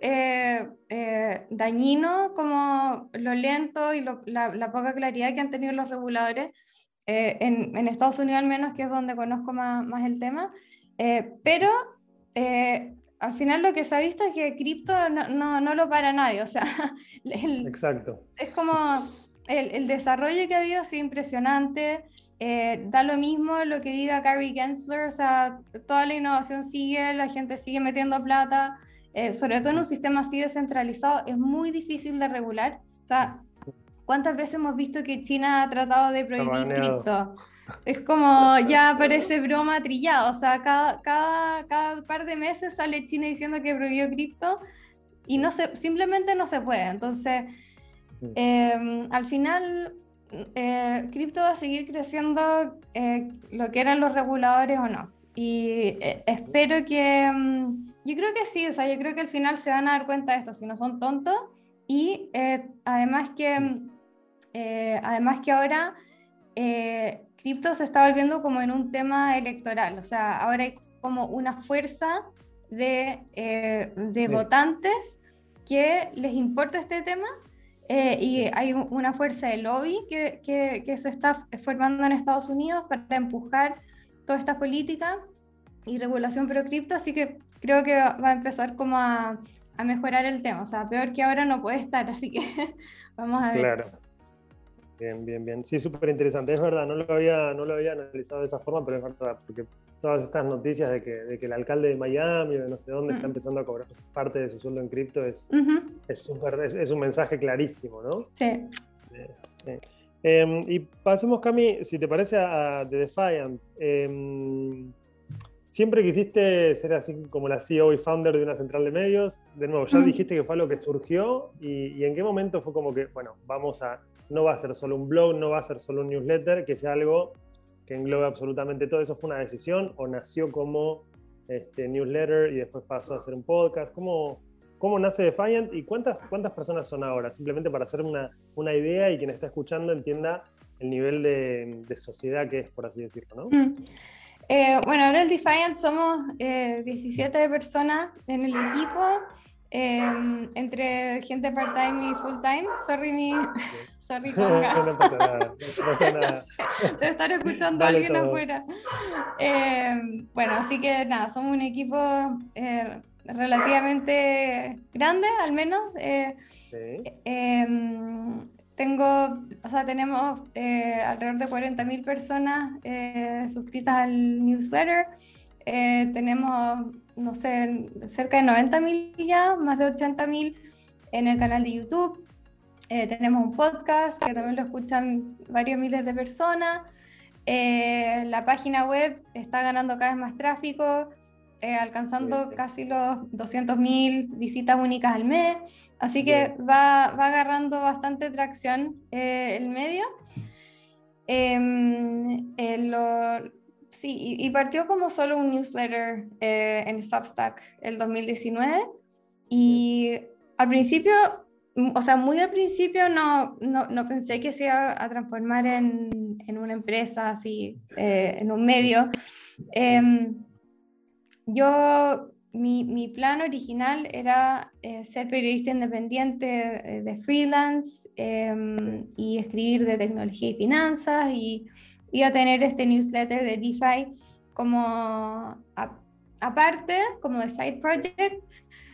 dañino como lo lento y la poca claridad que han tenido los reguladores en Estados Unidos al menos, que es donde conozco más el tema. Pero al final lo que se ha visto es que cripto no lo para nadie, o sea, el- Exacto. es como el desarrollo que ha habido ha sido impresionante, da lo mismo lo que diga Gary Gensler, o sea, toda la innovación sigue, la gente sigue metiendo plata, sobre todo en un sistema así descentralizado, es muy difícil de regular, o sea, ¿cuántas veces hemos visto que China ha tratado de Está prohibir baneado. cripto? Es como ya parece broma trillada, o sea, cada par de meses sale China diciendo que prohibió cripto y Mm, simplemente no se puede. Entonces, mm, al final, cripto va a seguir creciendo lo que eran los reguladores o no. Y espero que, yo creo que sí, o sea, yo creo que al final se van a dar cuenta de esto, si no son tontos. Y mm. además que ahora cripto se está volviendo como en un tema electoral, o sea, ahora hay como una fuerza de Sí. votantes que les importa este tema y Mm. hay una fuerza de lobby que se está formando en Estados Unidos para empujar toda esta política y regulación pro cripto, así que creo que va a empezar como a mejorar el tema, o sea, peor que ahora no puede estar, así que vamos a ver. Claro. Bien, bien, bien. Sí, súper interesante. Es verdad, no lo había analizado de esa forma, pero es verdad, porque todas estas noticias de que el alcalde de Miami o de no sé dónde está Mm, empezando a cobrar parte de su sueldo en cripto ujú, es un mensaje clarísimo, ¿no? sí. Sí. Y pasemos, Cami, si te parece, a The Defiant. Siempre quisiste ser así como la CEO y founder de una central de medios. De nuevo, ya Mm. dijiste que fue lo que surgió y en qué momento fue como que, bueno, no va a ser solo un blog, no va a ser solo un newsletter, que sea algo que englobe absolutamente todo. ¿Eso fue una decisión o nació como newsletter y después pasó a ser un podcast? ¿Cómo nace Defiant y cuántas personas son ahora? Simplemente para hacer una idea y quien está escuchando entienda el nivel de sociedad que es, por así decirlo, ¿no? Mm. Bueno, ahora el Defiant somos 17 personas en el equipo, entre gente part-time y full-time. Sorry, sorry, Juanga. No pasa nada, no pasa No nada. sé, debe estar escuchando a Vale alguien todo. afuera. Bueno, así que nada, somos un equipo relativamente grande, al menos. Sí. Eh, tenemos alrededor de 40.000 personas suscritas al newsletter. Tenemos, no sé, cerca de 90.000 ya, más de 80.000 en el canal de YouTube. Tenemos un podcast que también lo escuchan varios miles de personas. La página web está ganando cada vez más tráfico, alcanzando casi los 200.000 visitas únicas al mes. Así que va agarrando bastante tracción el medio. Sí, y partió como solo un newsletter en Substack el 2019. Y al principio, o sea, muy al principio no pensé que se iba a transformar en una empresa así, en un medio. Mi plan original era ser periodista independiente de freelance y escribir de tecnología y finanzas, y iba a tener este newsletter de DeFi como aparte, como de side project,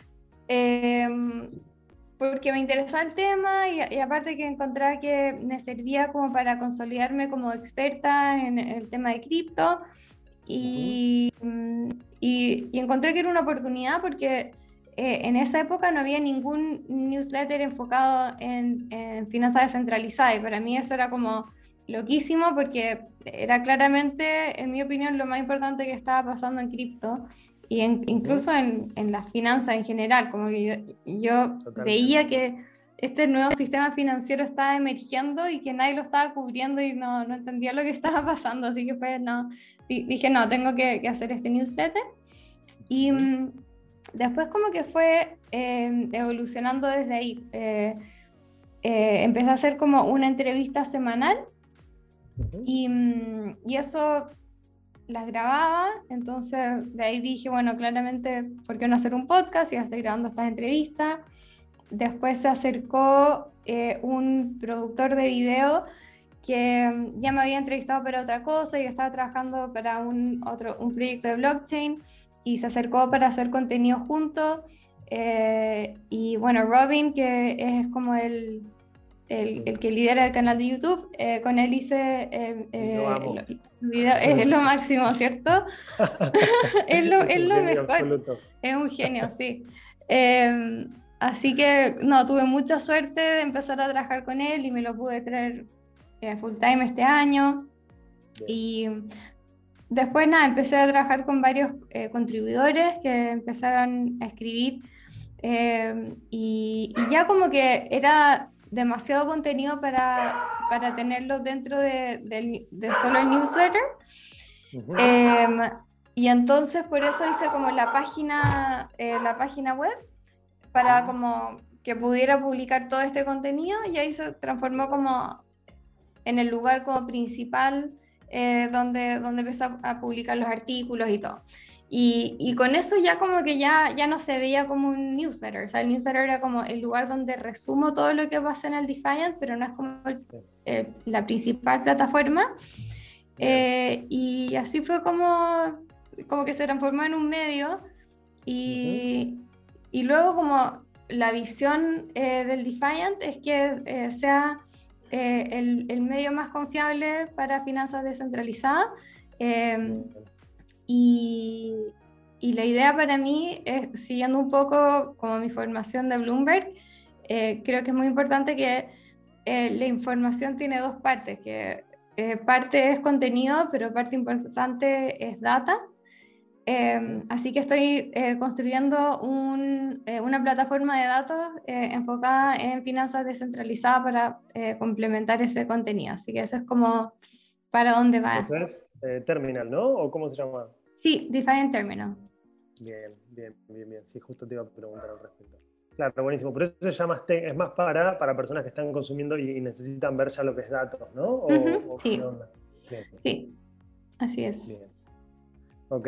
porque me interesaba el tema y aparte que encontraba que me servía como para consolidarme como experta en el tema de cripto. Y encontré que era una oportunidad porque en esa época no había ningún newsletter enfocado en finanzas descentralizadas, y para mí eso era como loquísimo porque era claramente, en mi opinión, lo más importante que estaba pasando en cripto y incluso en las finanzas en general. Como que yo veía que este nuevo sistema financiero estaba emergiendo y que nadie lo estaba cubriendo y no entendía lo que estaba pasando, así que pues dije, no, tengo que hacer este newsletter. Y después como que fue evolucionando desde ahí. Empecé a hacer como una entrevista semanal y eso las grababa. Entonces de ahí dije, bueno, claramente, ¿por qué no hacer un podcast? Y ya estoy grabando estas entrevistas. Después se acercó un productor de video que ya me había entrevistado para otra cosa y estaba trabajando para un proyecto de blockchain, y se acercó para hacer contenido juntos. Y bueno, Robin, que es como el que lidera el canal de YouTube, con él hice video, es lo máximo, ¿cierto? es lo mejor, absoluto. Es un genio, sí. Así que no, tuve mucha suerte de empezar a trabajar con él y me lo pude traer full time este año. Y después nada, empecé a trabajar con varios contribuidores que empezaron a escribir, y ya como que era demasiado contenido para tenerlo dentro de solo el newsletter. Y entonces por eso hice como la página web para como que pudiera publicar todo este contenido, y ahí se transformó como en el lugar como principal donde empecé a publicar los artículos y todo. Y con eso ya como que ya no se veía como un newsletter. O sea, el newsletter era como el lugar donde resumo todo lo que pasa en el Defiant, pero no es como la principal plataforma. Y así fue como que se transformó en un medio. Y luego como la visión del Defiant es que sea el medio más confiable para finanzas descentralizadas. Y la idea para mí es, siguiendo un poco como mi formación de Bloomberg, creo que es muy importante que la información tiene dos partes, que parte es contenido, pero parte importante es data. Así que estoy construyendo una plataforma de datos enfocada en finanzas descentralizadas para complementar ese contenido. Así que eso es como para dónde va. Eso es Terminal, ¿no? ¿O cómo se llama? Sí, Defiant Terminal. Bien. Sí, justo te iba a preguntar al respecto. Claro, buenísimo. Por eso se llama es más para personas que están consumiendo y necesitan ver ya lo que es datos, ¿no? Sí. Sí, así es. Bien. Ok.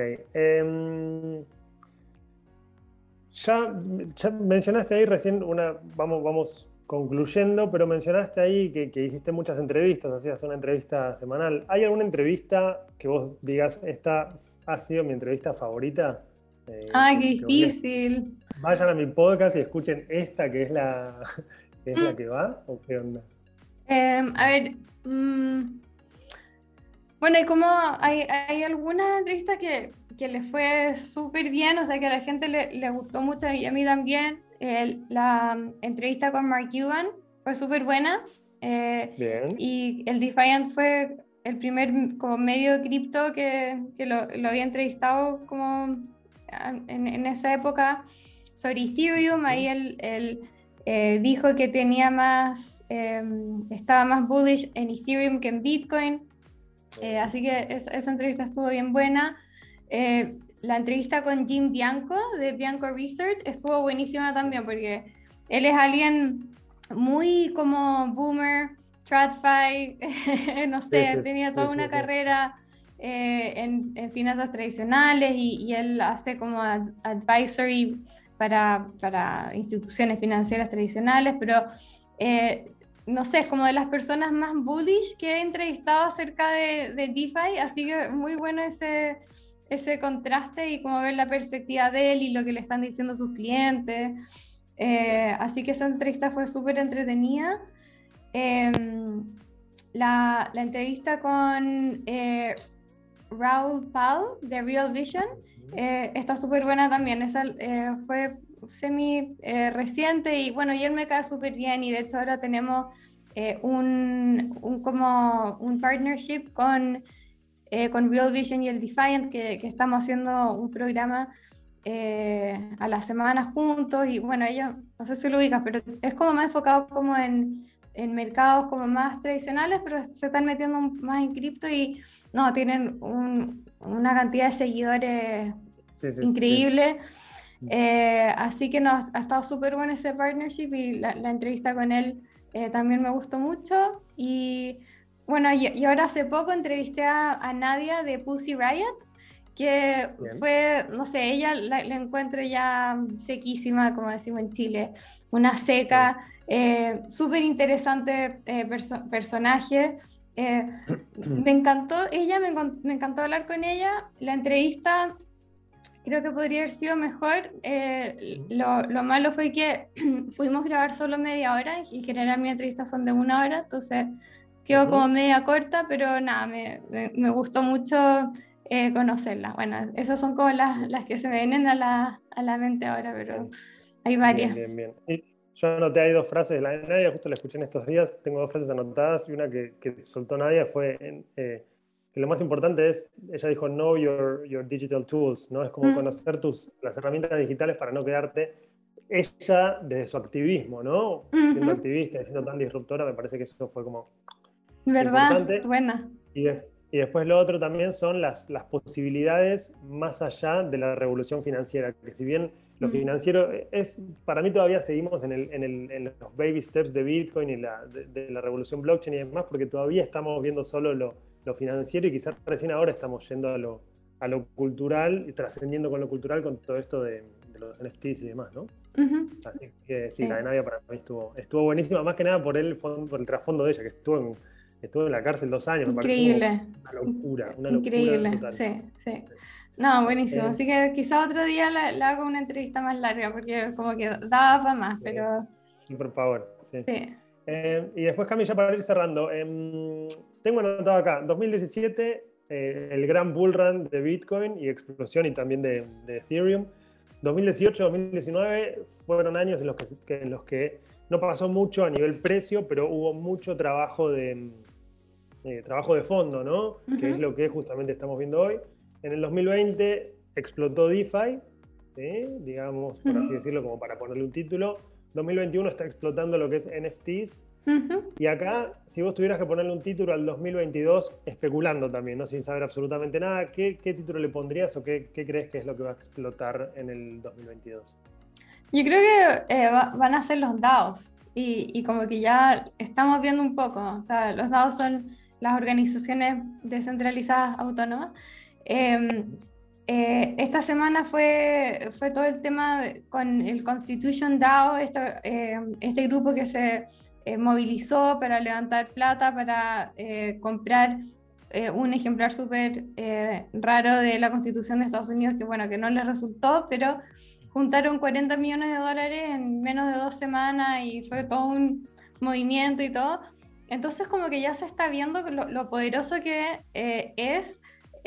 Ya mencionaste ahí recién vamos concluyendo, pero mencionaste ahí que hiciste muchas entrevistas, hacías una entrevista semanal. ¿Hay alguna entrevista que vos digas, esta ha sido mi entrevista favorita? ¡Ay, qué difícil! Vayan a mi podcast y escuchen esta, que es la que va, ¿o qué onda? A ver, bueno, y como hay algunas entrevistas que le fue súper bien, o sea, que a la gente le gustó mucho y a mí también. La entrevista con Mark Cuban fue súper buena, Bien. y el Defiant fue el primer como medio de cripto que lo había entrevistado como en esa época sobre Ethereum. Ahí él dijo que tenía estaba más bullish en Ethereum que en Bitcoin. Así que esa entrevista estuvo bien buena. La entrevista con Jim Bianco de Bianco Research estuvo buenísima también porque él es alguien muy como boomer, TradFi, no Sí, sé, sí, tenía sí, toda sí, una sí. carrera en finanzas tradicionales y él hace como advisory para instituciones financieras tradicionales, pero eh, no sé, es como de las personas más bullish que he entrevistado acerca de DeFi, así que muy bueno ese contraste y como ver la perspectiva de él y lo que le están diciendo sus clientes. Así que esa entrevista fue súper entretenida. Eh, la entrevista con Raúl Pal de Real Vision está súper buena también. Esa fue semi reciente y bueno, y él me cae súper bien y de hecho ahora tenemos como un partnership con Real Vision y el Defiant que estamos haciendo un programa a la semana juntos y bueno, ellos, no sé si lo ubicas, pero es como más enfocado como en mercados como más tradicionales, pero se están metiendo más en cripto y no, tienen una cantidad de seguidores Sí, sí, sí. increíble. Así que ha estado súper bueno ese partnership y la entrevista con él también me gustó mucho. Y bueno, y ahora hace poco entrevisté a Nadia de Pussy Riot, que Bien. fue, no sé, ella la encuentro ya sequísima, como decimos en Chile, una Bien. seca, súper interesante personaje. Eh, Me encantó ella, me encantó hablar con ella. La entrevista creo que podría haber sido mejor. Lo malo fue que pudimos grabar solo media hora y generalmente mis entrevistas son de una hora, entonces quedó como Ujú. media corta, pero nada, me gustó mucho conocerla. Bueno, esas son como las que se me vienen a la mente ahora, pero Bien, hay bien, varias. bien, bien. Y yo anoté ahí dos frases de la de Nadia, justo la escuché en estos días. Tengo dos frases anotadas y una que soltó Nadia fue que lo más importante es, ella dijo, know your digital tools, ¿no? Es como Mm, conocer las herramientas digitales para no quedarte. Ella, desde su activismo, ¿no? Siendo ujú. activista y siendo tan disruptora, me parece que eso fue como ¿Verdad? importante. Buena. Y después lo otro también son las posibilidades más allá de la revolución financiera, que si bien lo Mm, financiero es, para mí todavía seguimos en los baby steps de Bitcoin y de la revolución blockchain y demás, porque todavía estamos viendo solo lo financiero y quizás recién ahora estamos yendo a lo cultural y trascendiendo con lo cultural con todo esto de los NFTs y demás, ¿no? ujú. Así que sí, la de Sí, Nadia para mí estuvo buenísima, más que nada por el trasfondo de ella, que estuvo en la cárcel 2 años, me pareció como increíble. una locura Increíble, total. sí, sí. No, buenísimo. Eh, Así que quizá otro día le hago una entrevista más larga porque como que daba para más, eh, pero Superpower, sí. sí. Y después, Cami, ya para ir cerrando, tengo anotado acá, 2017, el gran bull run de Bitcoin y explosión y también de Ethereum. 2018-2019 fueron años en los que no pasó mucho a nivel precio, pero hubo mucho trabajo de fondo, ¿no? Que es Ujú, lo que justamente estamos viendo hoy. En el 2020 explotó DeFi, ¿sí? Digamos, por así ujú, decirlo, como para ponerle un título. 2021 está explotando lo que es NFTs. ujú. Y acá, si vos tuvieras que ponerle un título al 2022, especulando también, ¿no? Sin saber absolutamente nada, ¿qué título le pondrías o qué crees que es lo que va a explotar en el 2022? Yo creo que van a ser los DAOs y como que ya estamos viendo un poco, o sea, los DAOs son las organizaciones descentralizadas autónomas. Eh, esta semana fue todo el tema con el Constitution DAO, este grupo que se movilizó para levantar plata, para comprar un ejemplar súper raro de la Constitución de Estados Unidos, que bueno, que no les resultó, pero juntaron 40 millones de dólares en menos de 2 semanas y fue todo un movimiento y todo. Entonces como que ya se está viendo lo poderoso que es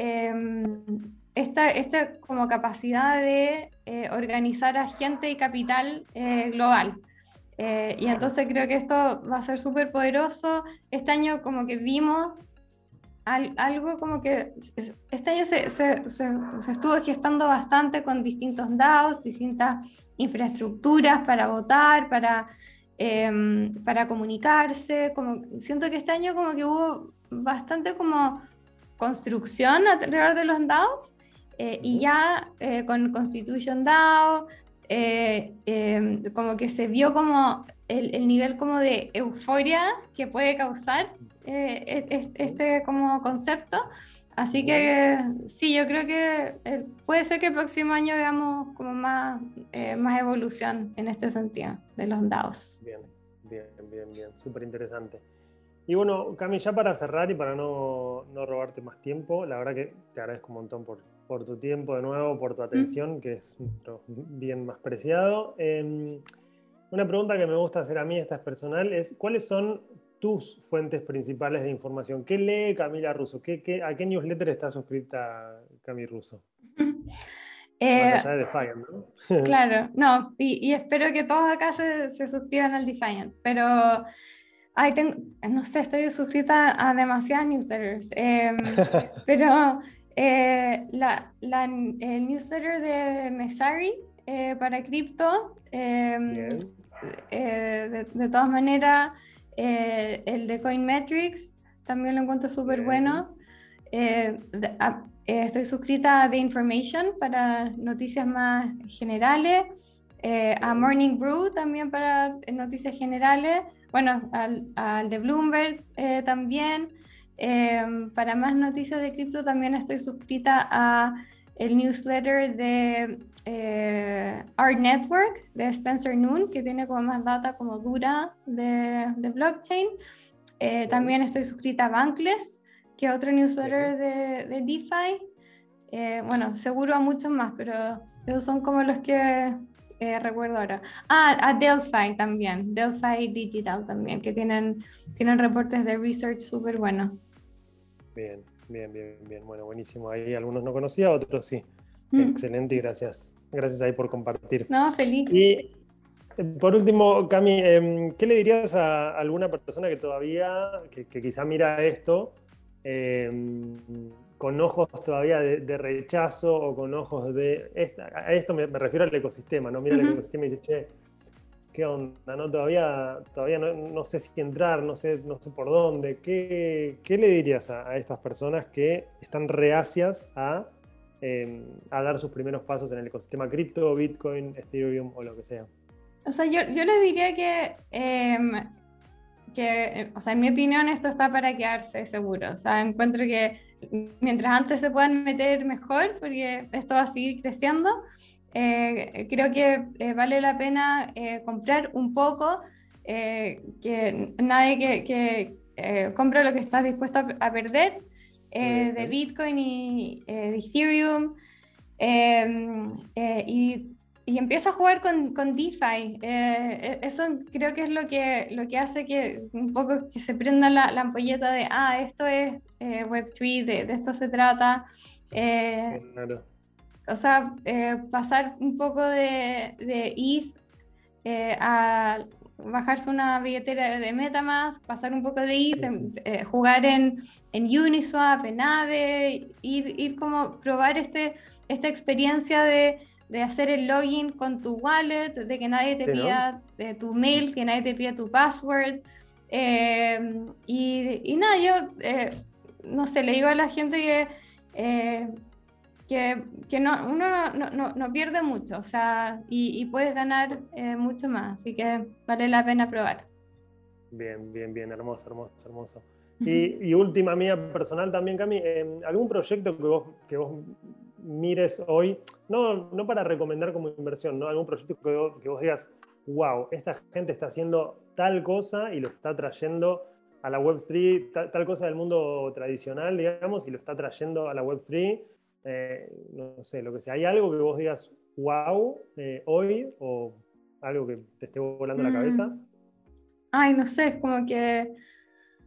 esta como capacidad de organizar a gente y capital global. Y entonces creo que esto va a ser súper poderoso. Este año como que vimos algo como que este año se estuvo gestando bastante con distintos DAOs, distintas infraestructuras para votar, para comunicarse. Como, siento que este año como que hubo bastante como construcción alrededor de los DAOs y ya con Constitution DAO como que se vio como el nivel como de euforia que puede causar este como concepto. Así que sí, yo creo que puede ser que el próximo año veamos como más evolución en este sentido de los DAOs. Bien, bien, bien, bien, súper interesante. Y bueno, Cami, ya para cerrar y para no robarte más tiempo, la verdad que te agradezco un montón por tu tiempo de nuevo, por tu atención, que es nuestro bien más preciado. Una pregunta que me gusta hacer a mí, esta es personal, es ¿cuáles son tus fuentes principales de información? ¿Qué lee Camila Russo? ¿A qué newsletter está suscrita Cami Russo? Más allá de Defiant, ¿no? Claro, no, y espero que todos acá se suscriban al Defiant, pero no sé, estoy suscrita a demasiadas newsletters, pero el newsletter de Messari para cripto, Bien. de todas maneras, el de Coinmetrics también lo encuentro súper Bien. bueno. Estoy suscrita a The Information para noticias más generales, a Morning Brew también para noticias generales, bueno, al de Bloomberg también. Para más noticias de cripto también estoy suscrita a el newsletter de Art Network de Spencer Noon, que tiene como más data como dura de blockchain. También estoy suscrita a Bankless, que es otro newsletter de DeFi. Bueno, seguro a muchos más, pero esos son como los que recuerdo ahora. A Delphi también, Delphi Digital también, que tienen reportes de research súper buenos. Bien, bien, bien, bien. Bueno, buenísimo. Ahí algunos no conocía, otros sí. Excelente y gracias. Gracias ahí por compartir. No, feliz. Y por último, Cami, ¿qué le dirías a alguna persona que todavía, que quizá mira esto con ojos todavía de rechazo o con ojos de... a esto me refiero al ecosistema, ¿no? Mira el ecosistema y dice, che, ¿qué onda? ¿No? Todavía no sé si entrar, no sé por dónde. ¿Qué le dirías a estas personas que están reacias a dar sus primeros pasos en el ecosistema cripto, Bitcoin, Ethereum o lo que sea? O sea, yo les diría o sea, en mi opinión esto está para quedarse seguro. O sea, encuentro que mientras antes se puedan meter mejor, porque esto va a seguir creciendo, creo que vale la pena comprar un poco, que nadie que compra lo que está dispuesto a perder de Bitcoin y de Ethereum. Y empieza a jugar con DeFi. Eso creo que es lo que hace que un poco que se prenda la ampolleta de, esto es Web3, de esto se trata. Claro. O sea, pasar un poco de ETH a bajarse una billetera de MetaMask, pasar un poco de ETH, jugar en Uniswap, en Aave, ir como probar esta experiencia de hacer el login con tu wallet, de que nadie te pida tu mail, que nadie te pida tu password. Y nada, yo no sé, le digo a la gente que uno no pierde mucho, o sea, y puedes ganar mucho más, así que vale la pena probar. Bien, bien, bien, hermoso, hermoso, hermoso. Y última mía personal también, Cami, ¿algún proyecto que vos mires hoy, no para recomendar como inversión, ¿no? Algún proyecto que vos digas, wow, esta gente está haciendo tal cosa y lo está trayendo a la Web3, tal cosa del mundo tradicional, digamos, y lo está trayendo a la Web3, no sé, lo que sea. ¿Hay algo que vos digas, wow, hoy, o algo que te esté volando la cabeza? Ay, no sé, es como que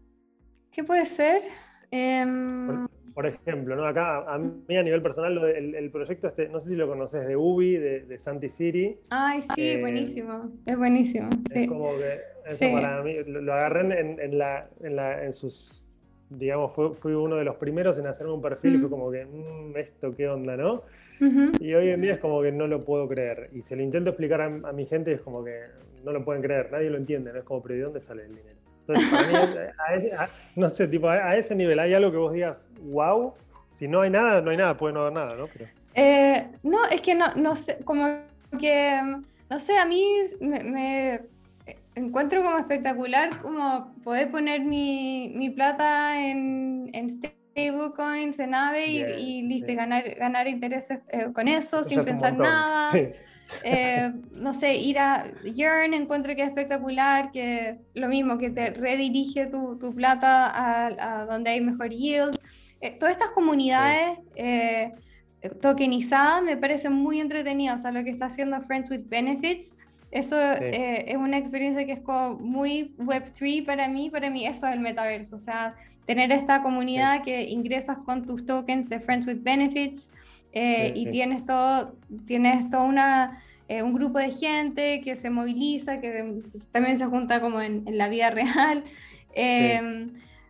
¿Qué puede ser? Por ejemplo, ¿no? Acá a mí a nivel personal el proyecto este, no sé si lo conoces, de Ubi, de Santi City. Ay, sí, buenísimo. Es buenísimo, Es sí. como que eso Sí. para mí, lo agarré en sus, digamos, fui uno de los primeros en hacerme un perfil y fue Mm, como que, esto qué onda, ¿no? ujú. Y hoy en día es como que no lo puedo creer. Y se lo intento explicar a mi gente y es como que no lo pueden creer, nadie lo entiende, ¿no? Es como, pero ¿de dónde sale el dinero? Entonces, para mí, no sé, tipo, a ese nivel, ¿hay algo que vos digas, wow? Si no hay nada, no hay nada, puede no haber nada, ¿no? Pero, No, es que no sé, como que, no sé, a mí me encuentro como espectacular como poder poner mi plata en stablecoins, en AVE bien, y listo, y sí. ganar intereses con eso Eso ya sin es un pensar montón. nada. Sí, No sé, ir a Yearn encuentro que es espectacular, que lo mismo, que te bien, redirige tu plata a donde hay mejor yield. Todas estas sí, comunidades tokenizadas me parecen muy entretenidas, o sea, lo que está haciendo Friends with Benefits, eso sí, es una experiencia que es como muy Web3 para mí eso es el metaverso, o sea, tener esta sí, comunidad que ingresas con tus tokens de Friends with Benefits y sí, tienes todo un grupo de gente que se moviliza, que también se junta como en la vida real. sí. Eh,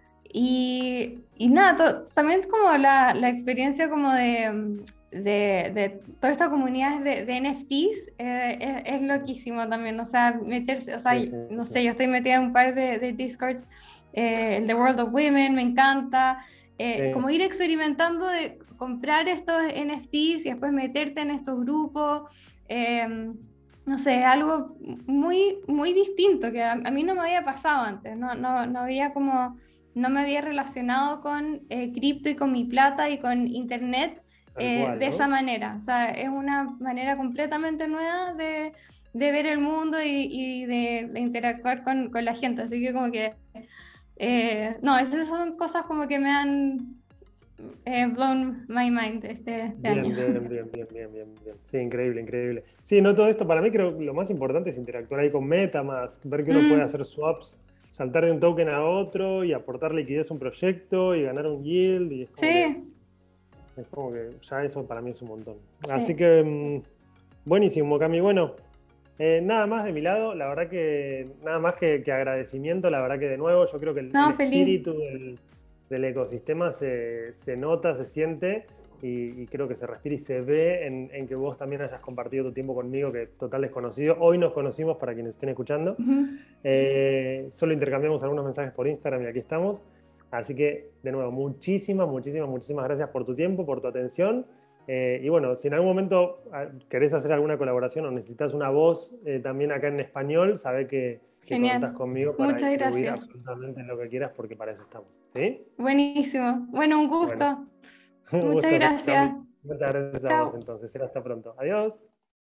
y nada, también como la experiencia como de toda esta comunidad de NFTs es loquísimo también, o sea, meterse, o sea, Sí, sí, no sí. sé, yo estoy metida en un par de Discords, el de World of Women, me encanta, Sí, como ir experimentando de comprar estos NFTs y después meterte en estos grupos, no sé, algo muy distinto que a mí no me había pasado antes, no había como no me había relacionado con cripto y con mi plata y con internet tal cual, de esa ¿no? manera. O sea, es una manera completamente nueva de ver el mundo y de interactuar con la gente. Así que como que, no, esas son cosas como que me han blown my mind este año. Bien, bien, bien, bien, bien, bien, bien. Sí, increíble, increíble. Sí, no todo esto, para mí creo que lo más importante es interactuar ahí con MetaMask, ver que uno puede Mm, hacer swaps, saltar de un token a otro y aportar liquidez a un proyecto y ganar un yield y sí, es como que ya eso para mí es un montón. Así sí. que buenísimo, Cami. Bueno, nada más de mi lado, la verdad que nada más que agradecimiento, la verdad que de nuevo yo creo que el No, feliz. espíritu del ecosistema se nota, se siente y creo que se respira y se ve en que vos también hayas compartido tu tiempo conmigo, que total desconocido. Hoy nos conocimos para quienes estén escuchando. Ujú. Solo intercambiamos algunos mensajes por Instagram y aquí estamos. Así que, de nuevo, muchísimas, muchísimas, muchísimas gracias por tu tiempo, por tu atención. Y bueno, si en algún momento querés hacer alguna colaboración o necesitas una voz también acá en español, sabé que contás Genial. conmigo para Muchas distribuir gracias. absolutamente lo que quieras porque para eso estamos. ¿Sí? Buenísimo. Bueno, un Bueno, gusto. un Muchas gusto, gracias. Cami. Muchas gracias a vos Chao. entonces. Será hasta pronto. Adiós.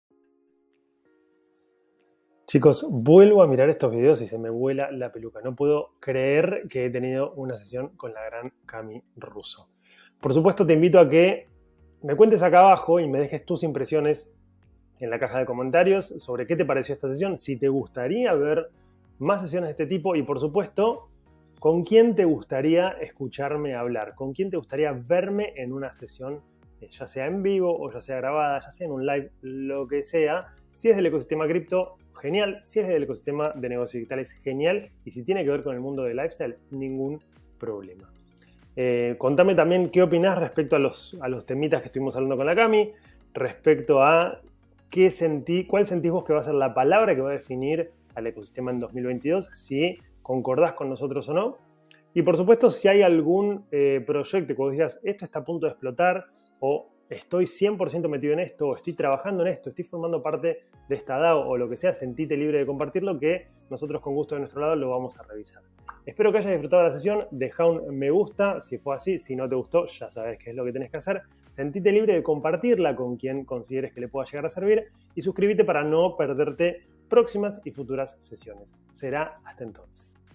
Chicos, vuelvo a mirar estos videos y se me vuela la peluca. No puedo creer que he tenido una sesión con la gran Cami Russo. Por supuesto, te invito a que me cuentes acá abajo y me dejes tus impresiones en la caja de comentarios sobre qué te pareció esta sesión, si te gustaría ver más sesiones de este tipo y, por supuesto, con quién te gustaría escucharme hablar, con quién te gustaría verme en una sesión, ya sea en vivo o ya sea grabada, ya sea en un live, lo que sea. Si es del ecosistema cripto, genial. Si es del ecosistema de negocios digitales, genial. Y si tiene que ver con el mundo del lifestyle, ningún problema. Contame también qué opinás respecto a los temitas que estuvimos hablando con la Cami, respecto a cuál sentís vos que va a ser la palabra que va a definir al ecosistema en 2022, si concordás con nosotros o no. Y por supuesto, si hay algún proyecto que vos digas, esto está a punto de explotar, o estoy 100% metido en esto, o estoy trabajando en esto, estoy formando parte de esta DAO, o lo que sea, sentite libre de compartirlo, que nosotros con gusto de nuestro lado lo vamos a revisar. Espero que hayas disfrutado de la sesión, deja un me gusta si fue así, si no te gustó ya sabes qué es lo que tenés que hacer, sentite libre de compartirla con quien consideres que le pueda llegar a servir y suscríbete para no perderte próximas y futuras sesiones. Será hasta entonces.